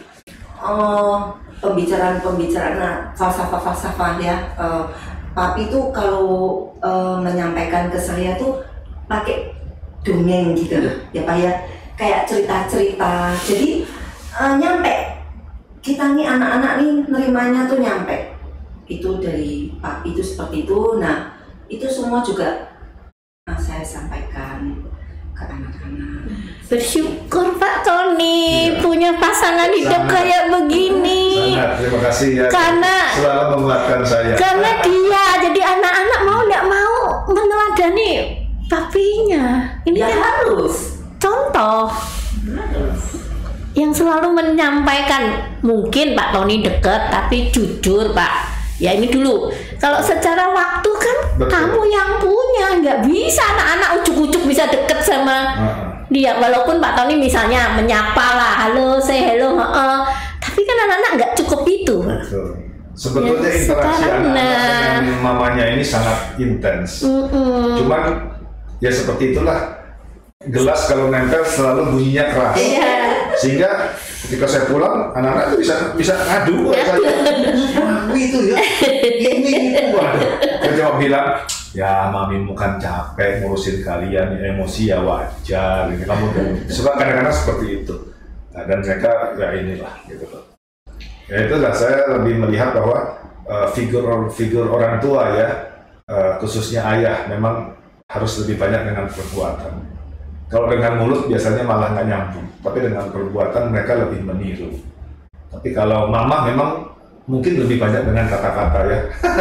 [SPEAKER 3] uh, pembicaraan-pembicaraan falsafah-falsafah ya. Uh, Papi tuh kalau uh, menyampaikan ke saya tuh pakai dongeng gitu ya Pak ya. Kayak cerita-cerita. Jadi uh, nyampe. Kita nih anak-anak nih nerimanya tuh nyampe. Itu dari Papi itu seperti itu. Nah, itu semua juga nah, saya sampaikan ke anak-anak.
[SPEAKER 1] Bersyukur Pak Tony ya. Punya pasangan hidup
[SPEAKER 2] sangat,
[SPEAKER 1] kayak begini.
[SPEAKER 2] Sangat, terima kasih ya.
[SPEAKER 1] Karena
[SPEAKER 2] selalu menguatkan saya.
[SPEAKER 1] Karena dia jadi anak-anak mau nggak mau meneladani papinya. Ini
[SPEAKER 3] ya
[SPEAKER 1] kan
[SPEAKER 3] harus
[SPEAKER 1] contoh.
[SPEAKER 3] Harus.
[SPEAKER 1] Yang selalu menyampaikan mungkin Pak Tony dekat tapi jujur Pak. Ya ini dulu. Kalau secara waktu kan betul. Kamu yang punya, nggak bisa anak-anak ujuk-ujuk bisa deket sama uh-huh. dia. Walaupun Pak Tony misalnya menyapa lah, halo, say hello, uh-uh. tapi kan anak-anak nggak cukup itu.
[SPEAKER 2] Betul. Sebetulnya ya, interaksi anak-anak nah. dengan mamanya ini sangat intens. Uh-uh. Cuman ya seperti itulah. Gelas kalau nempel selalu bunyinya keras. Yeah. Sehingga ketika saya pulang, anak-anak itu bisa bisa ngadu ke saya. Mami itu ya, ini itu waduh. Saya cuma bilang, ya mami bukan capek ngurusin kalian, ya, emosi ya wajar. Ini kamu suka kadang-kadang seperti itu. Nah, dan mereka ya inilah gitu loh. Ya itulah saya lebih melihat bahwa uh, figur figur orang tua ya, uh, khususnya ayah memang harus lebih banyak dengan perbuatan. Kalau dengan mulut biasanya malah nggak nyambung, tapi dengan perbuatan mereka lebih meniru. Tapi kalau mama memang mungkin lebih banyak dengan kata-kata ya,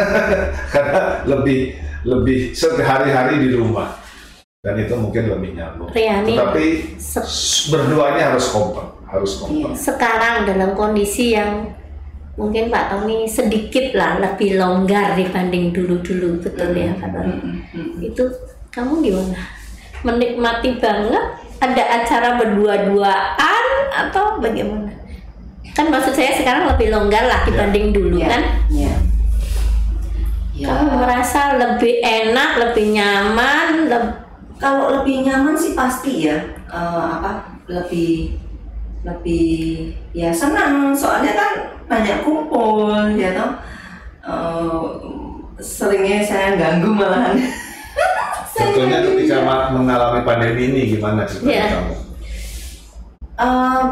[SPEAKER 2] karena lebih lebih sehari-hari di rumah dan itu mungkin lebih nyambung.
[SPEAKER 1] Riani,
[SPEAKER 2] Tetapi berduanya harus kompak, harus kompak.
[SPEAKER 1] Sekarang dalam kondisi yang mungkin Pak Tony sedikit lah lebih longgar dibanding dulu-dulu, betul ya Pak Tony? Itu kamu gimana? Menikmati banget ada acara berdua-duaan atau bagaimana? Kan maksud saya sekarang lebih longgar lah dibanding ya, dulu ya, kan? Ya. Ya. Kamu merasa lebih enak, lebih nyaman? Leb...
[SPEAKER 3] Kalau lebih nyaman sih pasti ya. Uh, apa? lebih lebih ya senang, soalnya kan banyak kumpul ya toh. Uh, seringnya saya ganggu malahan.
[SPEAKER 2] Contohnya ketika mengalami pandemi ini gimana ceritanya yeah. kamu?
[SPEAKER 3] Uh,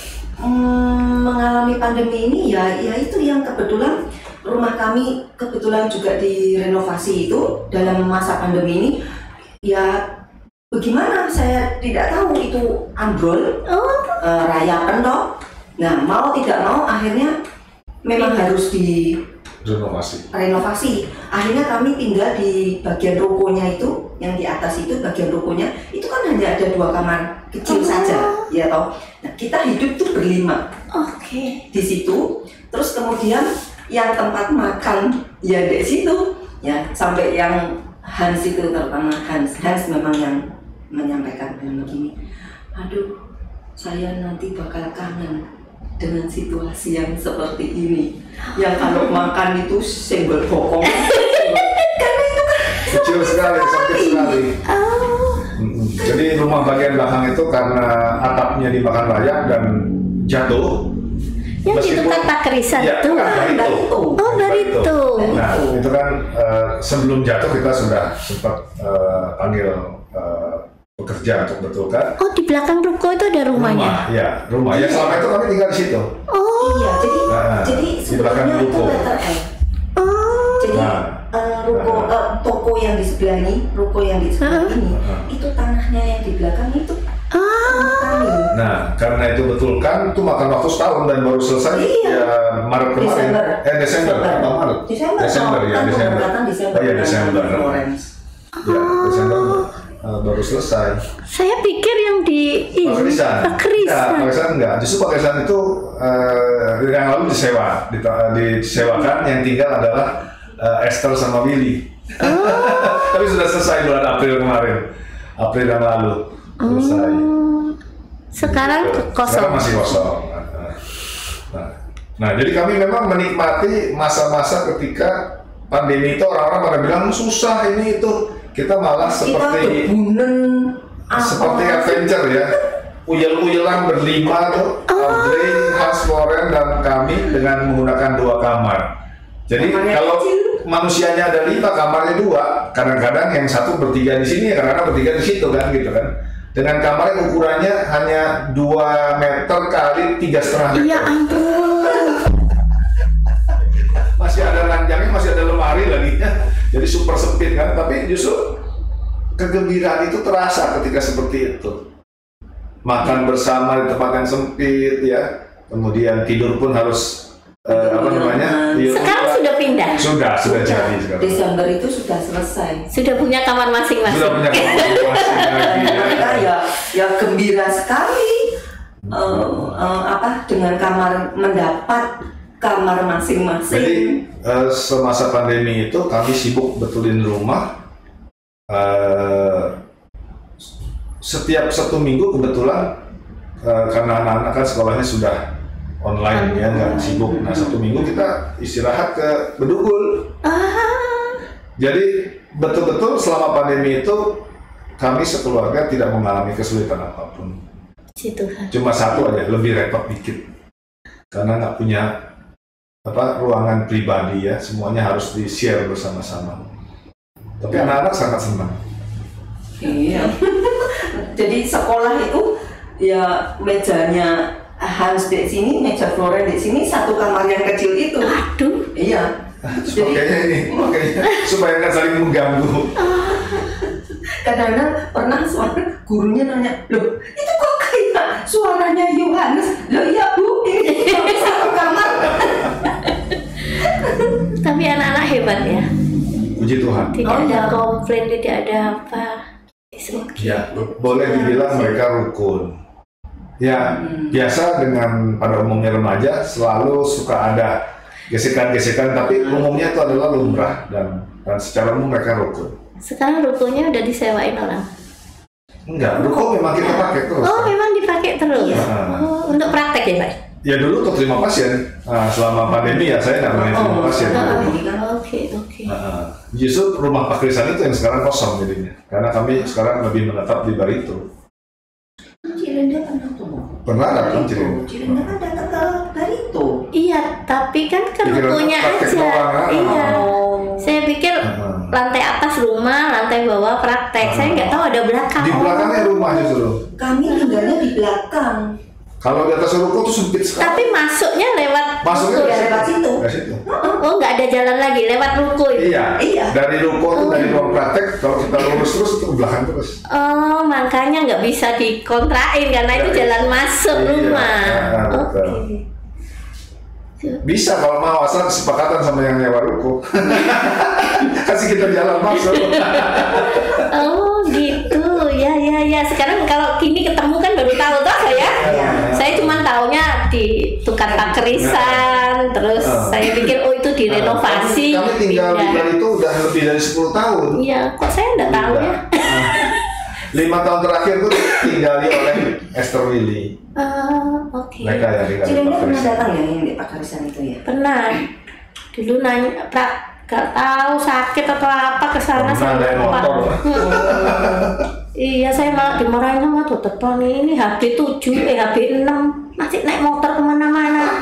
[SPEAKER 3] mm, mengalami pandemi ini ya, ya itu yang kebetulan rumah kami kebetulan juga direnovasi itu dalam masa pandemi ini. Ya bagaimana saya tidak tahu itu ambrol, oh. uh, rayakan toh. Nah mau tidak mau akhirnya memang harus di
[SPEAKER 2] renovasi.
[SPEAKER 3] Renovasi. Akhirnya kami tinggal di bagian rukonya itu, yang di atas itu bagian rukonya itu kan hanya ada dua kamar kecil oh. saja, ya toh. Nah, kita hidup tuh berlima.
[SPEAKER 1] Oke. Okay.
[SPEAKER 3] Di situ, terus kemudian yang tempat makan ya di situ, ya sampai yang Hans itu terutama Hans, Hans memang yang menyampaikan begini. Aduh, saya nanti bakal kangen dengan situasi yang seperti ini, yang kalau makan itu senggol bokong karena itu kan
[SPEAKER 2] kecil sekali, sempit sekali. Oh. Hmm. Jadi rumah bagian belakang itu karena atapnya dimakan layak dan jatuh.
[SPEAKER 1] Yang itu kan pakrisan
[SPEAKER 2] ya,
[SPEAKER 1] itu.
[SPEAKER 2] Barito.
[SPEAKER 1] Oh, barito.
[SPEAKER 2] Nah, itu kan uh, sebelum jatuh kita sudah sempat uh, panggil uh, bekerja untuk betulkan.
[SPEAKER 1] Oh, di belakang ruko itu ada rumahnya?
[SPEAKER 2] Rumah, ya, rumah. Ya selama itu kami tinggal di situ.
[SPEAKER 1] Oh,
[SPEAKER 3] iya. Jadi,
[SPEAKER 2] nah,
[SPEAKER 3] jadi sebetulnya itu letter M.
[SPEAKER 1] Oh.
[SPEAKER 3] Jadi
[SPEAKER 2] nah,
[SPEAKER 3] uh, ruko, nah. uh, toko yang di sebelah ini, ruko yang di sebelah uh. ini, uh. itu tanahnya yang di belakang itu.
[SPEAKER 1] Ah.
[SPEAKER 2] Nah, karena itu betulkan, itu makan waktu setahun dan baru selesai
[SPEAKER 3] iya.
[SPEAKER 2] ya Maret kemarin.
[SPEAKER 3] Desember.
[SPEAKER 2] Eh Desember, apa Maret?
[SPEAKER 3] Desember.
[SPEAKER 2] Desember,
[SPEAKER 3] oh,
[SPEAKER 2] ya
[SPEAKER 3] kan
[SPEAKER 2] Desember.
[SPEAKER 3] Desember.
[SPEAKER 2] Oh iya Desember. Ya Desember uh, baru selesai.
[SPEAKER 1] Saya pikir yang di
[SPEAKER 2] Pakrisan.
[SPEAKER 1] Pakrisan.
[SPEAKER 2] Ya, Pakrisan enggak. Justru Pakrisan itu uh, yang lalu disewa, disewakan. Yang tinggal adalah uh, Esther sama Willy. Oh. Tapi sudah selesai bulan April kemarin. April yang lalu. Selesai.
[SPEAKER 1] Oh. Sekarang kosong.
[SPEAKER 2] Sekarang masih kosong. Nah, nah, jadi kami memang menikmati masa-masa ketika pandemi itu orang-orang pada bilang susah ini itu. Kita malah seperti
[SPEAKER 3] kebunan,
[SPEAKER 2] seperti adventure ya. Uyel-uyelan berlima tuh, Audrey, Hans Loren dan kami dengan menggunakan dua kamar. Jadi kamarnya kalau kecil. Manusianya ada lima, kamarnya dua. Kadang-kadang yang satu bertiga di sini, kadang-kadang bertiga di situ kan, gitu kan. Dengan kamar yang ukurannya hanya dua meter kali tiga setengah meter.
[SPEAKER 1] Ya ampun.
[SPEAKER 2] Masih ada ranjangnya, masih ada lemari lagi. Jadi super sempit kan, tapi justru kegembiraan itu terasa ketika seperti itu. Makan bersama di tempat yang sempit ya, kemudian tidur pun harus uh, apa namanya?
[SPEAKER 1] Sekarang sudah pindah.
[SPEAKER 2] Sudah, sudah jadi sekarang.
[SPEAKER 3] Desember itu sudah selesai.
[SPEAKER 1] Sudah punya kamar masing-masing.
[SPEAKER 2] Sudah punya kamar masing-masing lagi.
[SPEAKER 3] Mereka ya, ya gembira sekali. Uh, uh, apa dengan kamar mendapat kamar masing-masing.
[SPEAKER 2] Jadi uh, semasa pandemi itu kami sibuk betulin rumah. Uh, setiap satu minggu kebetulan uh, karena anak-anak kan sekolahnya sudah online ya nggak sibuk. Nah satu minggu kita istirahat ke Bedugul. Ah. Jadi betul-betul selama pandemi itu kami sekeluarga tidak mengalami kesulitan apapun. Cuma satu aja lebih repot dikit karena nggak punya apa ruangan pribadi ya, semuanya harus di share bersama-sama. Tapi anak-anak sangat senang.
[SPEAKER 3] Iya. Jadi sekolah itu ya mejanya Hans di sini, meja Floren di sini, satu kamar yang kecil itu.
[SPEAKER 1] Aduh.
[SPEAKER 3] Iya.
[SPEAKER 2] Jadi makanya ini, makanya supaya nggak saling mengganggu.
[SPEAKER 3] Kadang-kadang pernah suara gurunya nanya, loh itu kok kayak suaranya Yohanes? Loh iya bu, ini satu kamar.
[SPEAKER 1] Tapi anak-anak hebat ya.
[SPEAKER 2] Puji Tuhan.
[SPEAKER 1] Tidak oh, ada komplain, tidak ada apa. Okay.
[SPEAKER 2] Ya, boleh dibilang mereka rukun. Ya, hmm. biasa dengan pada umumnya remaja selalu suka ada gesekan-gesekan, tapi umumnya itu adalah lumrah dan dan secara umum mereka rukun.
[SPEAKER 1] Sekarang rukunnya udah disewain orang?
[SPEAKER 2] Enggak, rukun memang kita pakai terus.
[SPEAKER 1] Oh, memang dipakai terus. Nah. Oh, untuk praktek ya, Pak?
[SPEAKER 2] Ya dulu untuk terima pasien. Nah, selama pandemi ya saya nggak pernah terima
[SPEAKER 1] oh,
[SPEAKER 2] pasien.
[SPEAKER 1] Oke, oke.
[SPEAKER 2] Nah, justru rumah pakrisan itu yang sekarang kosong jadinya, karena kami sekarang lebih menetap di Barito.
[SPEAKER 3] Cilenda pernah
[SPEAKER 2] Berharap kan
[SPEAKER 3] Cirinda.
[SPEAKER 2] Cirinda.
[SPEAKER 3] Cirinda kan datang ke Barito.
[SPEAKER 1] Iya, tapi kan ke
[SPEAKER 2] Pikiran
[SPEAKER 1] rukonya
[SPEAKER 2] praktek
[SPEAKER 1] aja.
[SPEAKER 2] doang, ah.
[SPEAKER 1] Iya.
[SPEAKER 3] Oh.
[SPEAKER 1] Saya pikir
[SPEAKER 2] Hmm.
[SPEAKER 1] lantai atas rumah, lantai bawah praktek. Saya nggak tahu ada belakang.
[SPEAKER 2] Di belakangnya rumah justru.
[SPEAKER 3] Kami tinggalnya di belakang.
[SPEAKER 2] Kalau di atas ruko tuh sempit sekali.
[SPEAKER 1] Tapi masuknya lewat
[SPEAKER 2] Masuknya
[SPEAKER 1] ruko.
[SPEAKER 3] Ya lewat situ.
[SPEAKER 2] Ke situ.
[SPEAKER 1] Oh, nggak ada jalan lagi, lewat ruko itu.
[SPEAKER 2] Iya.
[SPEAKER 3] Iya.
[SPEAKER 2] Dari ruko tuh dari ruang praktek kalau kita lurus terus itu ke belakang terus.
[SPEAKER 1] Oh, makanya nggak bisa dikontrain karena itu
[SPEAKER 2] Iya.
[SPEAKER 1] jalan masuk
[SPEAKER 2] Iya,
[SPEAKER 1] rumah.
[SPEAKER 2] ah,
[SPEAKER 1] Oke.
[SPEAKER 2] betul. Bisa kalau mau asal kesepakatan sama yang nyewa ruko. Kasih kita jalan masuk.
[SPEAKER 1] Oh, gitu. Ya, ya, ya. Sekarang kalau kini ketemu kan baru tahu toh saya.
[SPEAKER 3] Iya.
[SPEAKER 1] Saya cuma taunya di tukar pakerisan, terus
[SPEAKER 2] Ah.
[SPEAKER 1] saya pikir oh itu direnovasi.
[SPEAKER 2] Kami, kami tinggal di
[SPEAKER 1] pindah.
[SPEAKER 2] Bali itu udah lebih dari sepuluh tahun.
[SPEAKER 1] Iya, kok saya nggak tahu ya?
[SPEAKER 2] Udah. Ah. Lima tahun terakhir tuh tinggali oleh Esther Willy.
[SPEAKER 1] Oh, oke.
[SPEAKER 2] Mereka yang tinggal di
[SPEAKER 3] Cirinda pernah
[SPEAKER 2] Pakarisan.
[SPEAKER 3] datang ya yang di Pakarisan itu ya?
[SPEAKER 1] Pernah. Dulu nanya, Pak, gak tahu sakit atau apa ke sana
[SPEAKER 2] Pernah
[SPEAKER 1] saya
[SPEAKER 2] naik
[SPEAKER 1] lupa.
[SPEAKER 2] motor.
[SPEAKER 1] Iya, saya malah dimarahin sama dokter Tony ini H B tujuh, eh H B enam masih naik motor kemana-mana.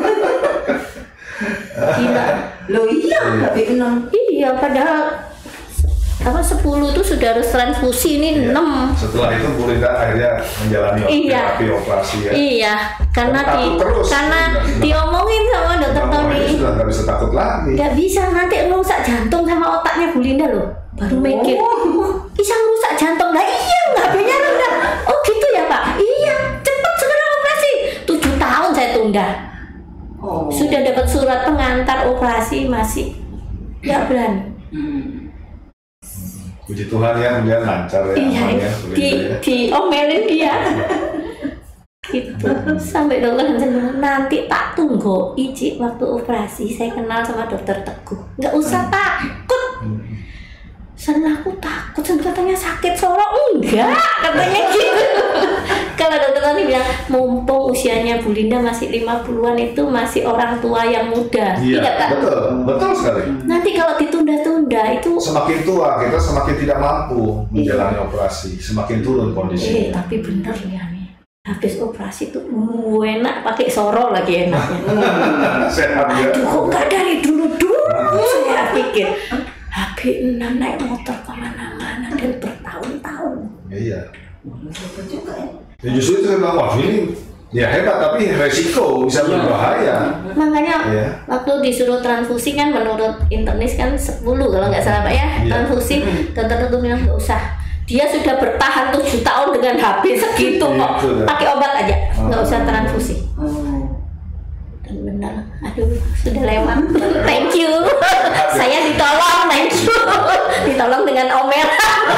[SPEAKER 1] Gila.
[SPEAKER 3] Loh iya, H B enam.
[SPEAKER 1] Iya, padahal apa sepuluh itu sudah harus transfusi ini
[SPEAKER 2] Iya.
[SPEAKER 1] enam.
[SPEAKER 2] Setelah itu Bu Linda akhirnya menjalani
[SPEAKER 1] Iya.
[SPEAKER 2] terapi operasi ya.
[SPEAKER 1] Iya, karena
[SPEAKER 2] Takut
[SPEAKER 1] di
[SPEAKER 2] terus.
[SPEAKER 1] karena
[SPEAKER 2] Sudah.
[SPEAKER 1] diomongin sama dokter
[SPEAKER 2] Kamu
[SPEAKER 1] Tony.
[SPEAKER 2] ini sudah nggak bisa takut lagi.
[SPEAKER 1] Nggak bisa, nanti ngerusak jantung sama otaknya Bu Linda loh. Baru mikir, oh, bisa ngerusak jantung. Lah iya, H B-nya rendah. Oh gitu ya Pak? Iya, cepet sekarang operasi. Tujuh tahun saya tunda.
[SPEAKER 3] Oh.
[SPEAKER 1] Sudah dapat surat pengantar operasi masih nggak berani.
[SPEAKER 3] Hmm.
[SPEAKER 2] Puji Tuhan ya, dia lancar ya.
[SPEAKER 1] Iya,
[SPEAKER 2] aman ya, Bu
[SPEAKER 1] di
[SPEAKER 2] Linda ya.
[SPEAKER 1] diomelin dia. Gitu. Sampai dokter Hansen bilang, nanti tak tunggu Ici waktu operasi. Saya kenal sama dokter Teguh. Nggak usah takut. Setelah aku takut, katanya sakit sorok, enggak, katanya gitu. Kalau dokter Tony bilang, mumpung usianya Bu Linda masih lima puluhan itu masih orang tua yang muda.
[SPEAKER 2] Iya,
[SPEAKER 1] Tidak, Kak?
[SPEAKER 2] betul, betul sekali.
[SPEAKER 1] Nanti kalau ditunda-tunda itu
[SPEAKER 2] Semakin tua kita semakin tidak mampu menjalani operasi, semakin turun
[SPEAKER 1] eh
[SPEAKER 2] kondisinya.
[SPEAKER 1] tapi bener ya nih. Habis operasi tuh uh, enak pakai sorok lagi enaknya.
[SPEAKER 2] Sehat ya.
[SPEAKER 1] Aduh, kok enggak dari dulu-dulu saya pikir. H B enam naik motor kemana-mana dan bertahun-tahun.
[SPEAKER 2] Iya.
[SPEAKER 3] Betul juga ya.
[SPEAKER 2] Ya justru itu saya bilang, wah ini ya hebat tapi resiko bisa berbahaya.
[SPEAKER 1] Makanya
[SPEAKER 2] Iya.
[SPEAKER 1] waktu disuruh transfusi kan menurut internis kan sepuluh kalau nggak salah Pak ya,
[SPEAKER 2] Iya.
[SPEAKER 1] transfusi. Dokter itu bilang nggak usah. Dia sudah bertahan tujuh tahun dengan H B segitu
[SPEAKER 2] Iya,
[SPEAKER 1] kok.
[SPEAKER 2] betul, ya.
[SPEAKER 1] Pakai obat aja, nggak usah transfusi.
[SPEAKER 3] Oh.
[SPEAKER 1] Dan benar, aduh sudah lewat. Thank you. Saya ditolong, thank you. Ditolong dengan omelan.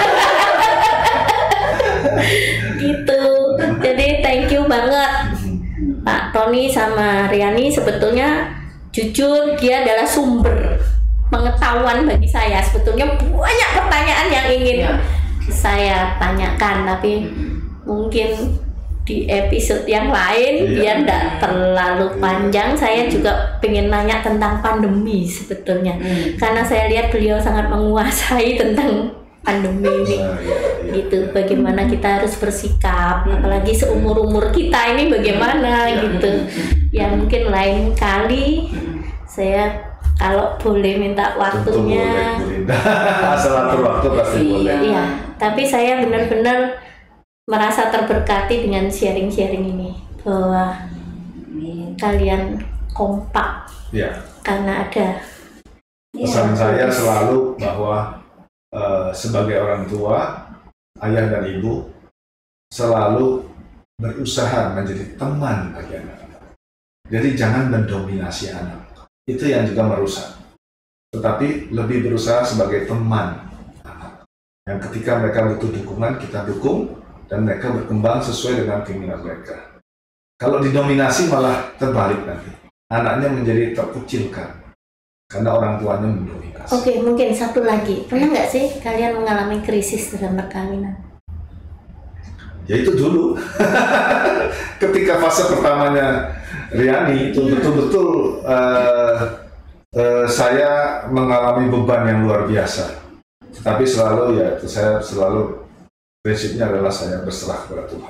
[SPEAKER 1] Gitu. Jadi thank you banget Pak Tony sama Riani. Sebetulnya jujur dia adalah sumber pengetahuan bagi saya. Sebetulnya banyak pertanyaan yang ingin
[SPEAKER 3] Ya.
[SPEAKER 1] saya tanyakan, tapi mungkin di episode yang lain
[SPEAKER 2] Iya.
[SPEAKER 1] biar tidak terlalu panjang. Saya juga pengen nanya tentang pandemi sebetulnya,
[SPEAKER 3] Hmm.
[SPEAKER 1] karena saya lihat beliau sangat menguasai tentang pandemi ini.
[SPEAKER 2] Nah, iya, iya.
[SPEAKER 1] Gitu, bagaimana kita harus bersikap, apalagi seumur umur kita ini bagaimana gitu. Ya mungkin lain kali saya kalau boleh minta
[SPEAKER 2] Tentu
[SPEAKER 1] waktunya.
[SPEAKER 2] boleh, Bu Linda. Asal atur waktu pasti boleh.
[SPEAKER 1] Iya, tapi saya benar-benar merasa terberkati dengan sharing-sharing ini, bahwa
[SPEAKER 3] Amin.
[SPEAKER 1] kalian kompak
[SPEAKER 2] Ya,
[SPEAKER 1] karena ada.
[SPEAKER 2] pesan
[SPEAKER 3] Iya.
[SPEAKER 2] saya selalu bahwa eh, sebagai orang tua, ayah dan ibu selalu berusaha menjadi teman bagi anak-anak. Jadi jangan mendominasi anak. Itu yang juga merusak. Tetapi lebih berusaha sebagai teman anak. Yang ketika mereka butuh dukungan, kita dukung dan mereka berkembang sesuai dengan keinginan mereka. Kalau didominasi malah terbalik nanti. Anaknya menjadi terkucilkan karena orang tuanya mendominasi.
[SPEAKER 1] Oke, mungkin satu lagi. Pernah nggak sih kalian mengalami krisis dalam perkawinan?
[SPEAKER 2] Ya itu dulu. Ketika fase pertamanya Riani itu betul-betul eh, eh, saya mengalami beban yang luar biasa. Tetapi selalu ya itu saya selalu prinsipnya adalah saya berserah kepada Tuhan.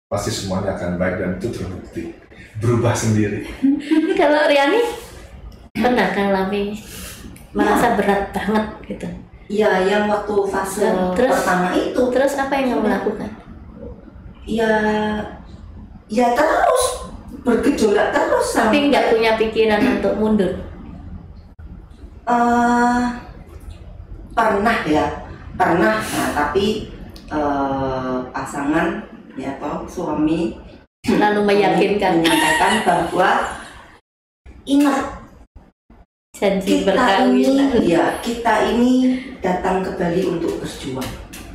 [SPEAKER 2] pasti semuanya akan baik dan itu terbukti berubah sendiri.
[SPEAKER 1] Kalau Riani pernah ngalami merasa berat banget gitu?
[SPEAKER 3] Ya, yang waktu fase
[SPEAKER 1] terus,
[SPEAKER 3] pertama itu.
[SPEAKER 1] Terus apa yang kamu lakukan?
[SPEAKER 3] Ya, ya terus bergejolak terus.
[SPEAKER 1] Tapi nggak punya pikiran untuk mundur?
[SPEAKER 3] Uh, pernah ya, pernah. Nah, tapi uh, pasangan ya atau suami
[SPEAKER 1] selalu meyakinkan,
[SPEAKER 3] menyatakan bahwa ingat
[SPEAKER 1] janji
[SPEAKER 3] kita
[SPEAKER 1] berkawin.
[SPEAKER 3] ini, ya kita ini datang ke Bali untuk berjuang.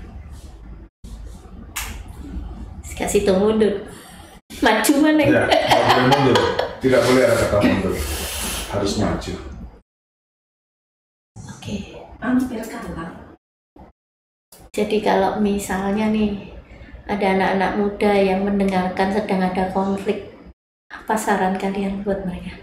[SPEAKER 1] Kasih tuh mundur, maju mana?
[SPEAKER 2] Ya, tidak boleh mundur, tidak boleh ada kata mundur, harus maju.
[SPEAKER 1] Oke.
[SPEAKER 3] Hampir kalah.
[SPEAKER 1] Jadi kalau misalnya nih ada anak-anak muda yang mendengarkan sedang ada konflik, apa saran kalian buat mereka?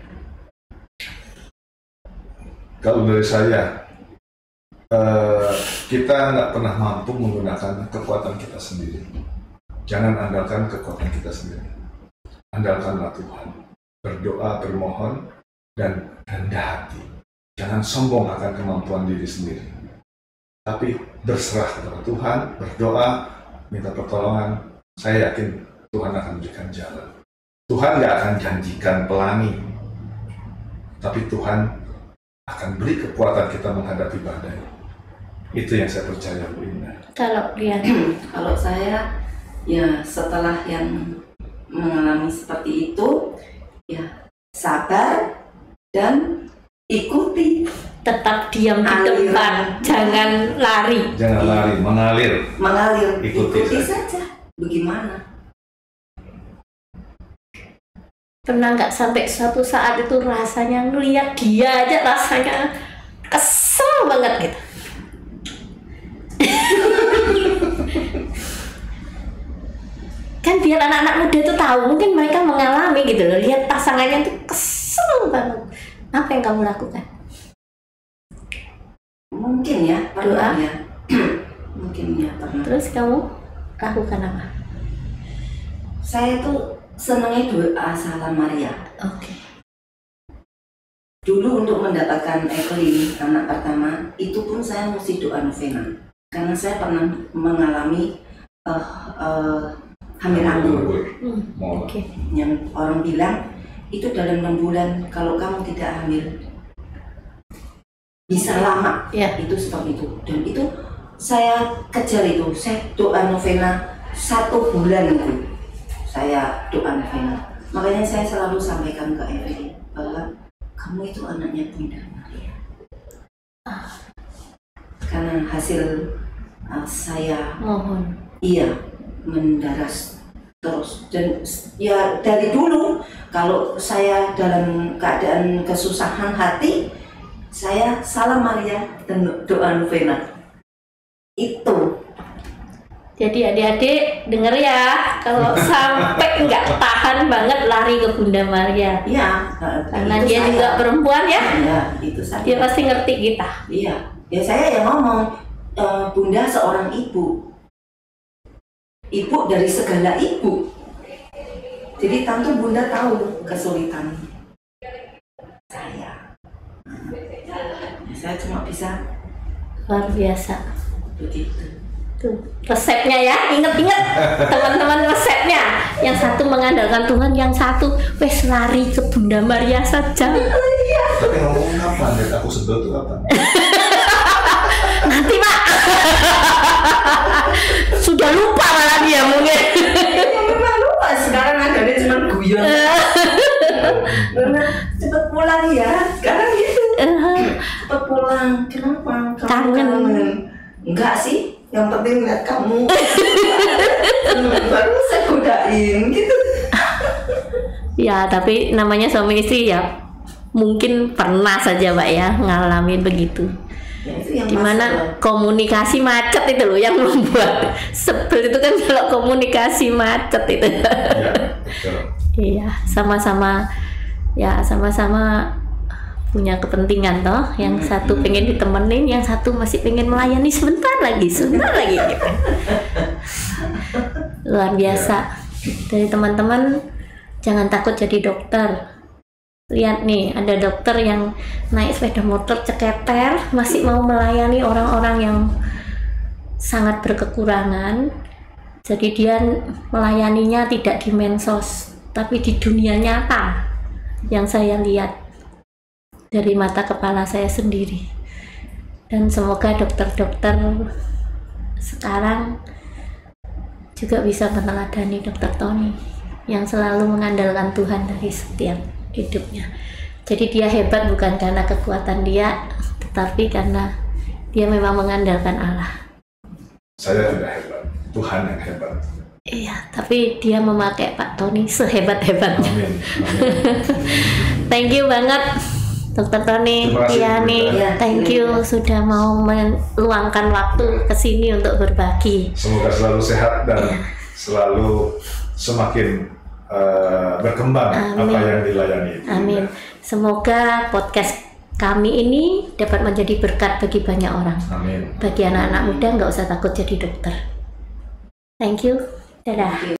[SPEAKER 2] Kalau dari saya, eh, kita nggak pernah mampu menggunakan kekuatan kita sendiri. Jangan andalkan kekuatan kita sendiri. Andalkanlah Tuhan. Berdoa, bermohon, dan rendah hati. Jangan sombong akan kemampuan diri sendiri. Tapi berserah kepada Tuhan, berdoa, minta pertolongan. Saya yakin Tuhan akan memberikan jalan. Tuhan nggak akan janjikan pelangi, tapi Tuhan akan beri kekuatan kita menghadapi badai. Itu yang saya percaya, Bu Indah.
[SPEAKER 1] Kalau dia,
[SPEAKER 3] kalau saya ya setelah yang mengalami seperti itu, ya sabar dan ikuti.
[SPEAKER 1] Tetap diam di
[SPEAKER 3] Aliran.
[SPEAKER 1] depan, jangan lari.
[SPEAKER 2] Jangan lari, mengalir.
[SPEAKER 3] Mengalir,
[SPEAKER 2] Ikuti,
[SPEAKER 3] ikuti
[SPEAKER 2] saja.
[SPEAKER 3] saja. Bagaimana?
[SPEAKER 1] Pernah nggak sampai suatu saat itu rasanya ngelihat dia aja rasanya kesel banget gitu? Kan biar anak-anak muda itu tahu, mungkin mereka mengalami gitu loh, lihat pasangannya tuh kesel banget. Apa yang kamu lakukan?
[SPEAKER 3] Mungkin ya,
[SPEAKER 1] Doa?
[SPEAKER 3] pernah ya. Mungkin ya pernah.
[SPEAKER 1] Terus kamu lakukan apa?
[SPEAKER 3] Saya tuh senangnya doa Salam Maria.
[SPEAKER 1] Oke.
[SPEAKER 3] Dulu untuk mendapatkan Evelyn, anak pertama, itu pun saya mesti doa novena. Karena saya pernah mengalami uh, uh, hamil anggur.
[SPEAKER 1] Hmm,
[SPEAKER 2] Mau.
[SPEAKER 1] Oke.
[SPEAKER 3] Yang orang bilang, itu dalam enam bulan kalau kamu tidak hamil, bisa lama.
[SPEAKER 1] Ya.
[SPEAKER 3] Itu sebab itu. Dan itu saya kejar itu, saya doa novena satu bulan itu. Saya doa novena. Makanya saya selalu sampaikan ke Evelyn bahwa kamu itu anaknya Bunda Maria. Karena hasil uh, saya
[SPEAKER 1] Mohon.
[SPEAKER 3] iya mendaras terus, dan ya dari dulu kalau saya dalam keadaan kesusahan hati, saya Salam Maria dan doa novena. Itu.
[SPEAKER 1] Jadi adik-adik denger ya, kalau sampai nggak tahan banget lari ke Bunda Maria.
[SPEAKER 3] Iya.
[SPEAKER 1] Karena
[SPEAKER 3] itu
[SPEAKER 1] dia
[SPEAKER 3] saya.
[SPEAKER 1] juga perempuan ya,
[SPEAKER 3] Iya, itu saya.
[SPEAKER 1] dia pasti ngerti kita.
[SPEAKER 3] Iya. Ya saya yang ngomong, e, Bunda seorang ibu. Ibu dari segala ibu. Jadi tentu Bunda tahu kesulitan saya. Saya cuma bisa
[SPEAKER 1] Luar biasa.
[SPEAKER 3] begitu.
[SPEAKER 1] Tuh, resepnya ya, inget-inget teman-teman resepnya. Yang satu mengandalkan Tuhan, yang satu wes lari ke Bunda Maria saja.
[SPEAKER 2] Tapi ngomong kapan ya? Aku sebel tuh kapan?
[SPEAKER 1] Nanti Pak. Sudah lupa malah dia mungkin.
[SPEAKER 3] Ya memang lupa, sekarang adanya cuma guyon. Karena cepet pulang ya, sekarang gitu. Cepet pulang, kenapa? Kamu
[SPEAKER 1] Kangen.
[SPEAKER 3] Enggak sih, yang penting lihat kamu. Baru saya godain gitu.
[SPEAKER 1] Ya, tapi namanya suami istri ya, mungkin pernah saja Mbak ya ngalamin begitu.
[SPEAKER 3] Ya, itu yang
[SPEAKER 1] Dimana
[SPEAKER 3] masalah.
[SPEAKER 1] komunikasi macet itu loh yang membuat sebel itu kan, kalau komunikasi macet itu.
[SPEAKER 2] Ya, betul.
[SPEAKER 1] Iya, sama-sama ya sama-sama punya kepentingan toh. Yang satu pengen ditemenin, yang satu masih pengen melayani sebentar lagi, sebentar lagi gitu. Luar biasa. Dari teman-teman, jangan takut jadi dokter. Lihat nih, ada dokter yang naik sepeda motor ceketer, masih mau melayani orang-orang yang sangat berkekurangan. Jadi dia melayaninya tidak di medsos, tapi di dunia nyata yang saya lihat dari mata kepala saya sendiri. Dan semoga dokter-dokter sekarang juga bisa meneladani dokter Tony yang selalu mengandalkan Tuhan dari setiap hidupnya. Jadi dia hebat bukan karena kekuatan dia, tetapi karena dia memang mengandalkan Allah.
[SPEAKER 2] Saya tidak hebat, Tuhan yang hebat.
[SPEAKER 1] Iya, tapi dia memakai Pak Tony sehebat-hebatnya.
[SPEAKER 2] Amin. Amin.
[SPEAKER 1] Thank you banget Dokter Tony,
[SPEAKER 2] Terima kasih,
[SPEAKER 1] Yani,
[SPEAKER 3] Bunda.
[SPEAKER 1] thank you sudah mau meluangkan waktu ke sini untuk berbagi.
[SPEAKER 2] Semoga selalu sehat dan selalu semakin uh, berkembang
[SPEAKER 1] Amin.
[SPEAKER 2] apa yang dilayani.
[SPEAKER 1] Amin. Semoga podcast kami ini dapat menjadi berkat bagi banyak orang.
[SPEAKER 2] Amin.
[SPEAKER 1] Bagi anak-anak muda nggak usah takut jadi dokter. Thank you. Dadah.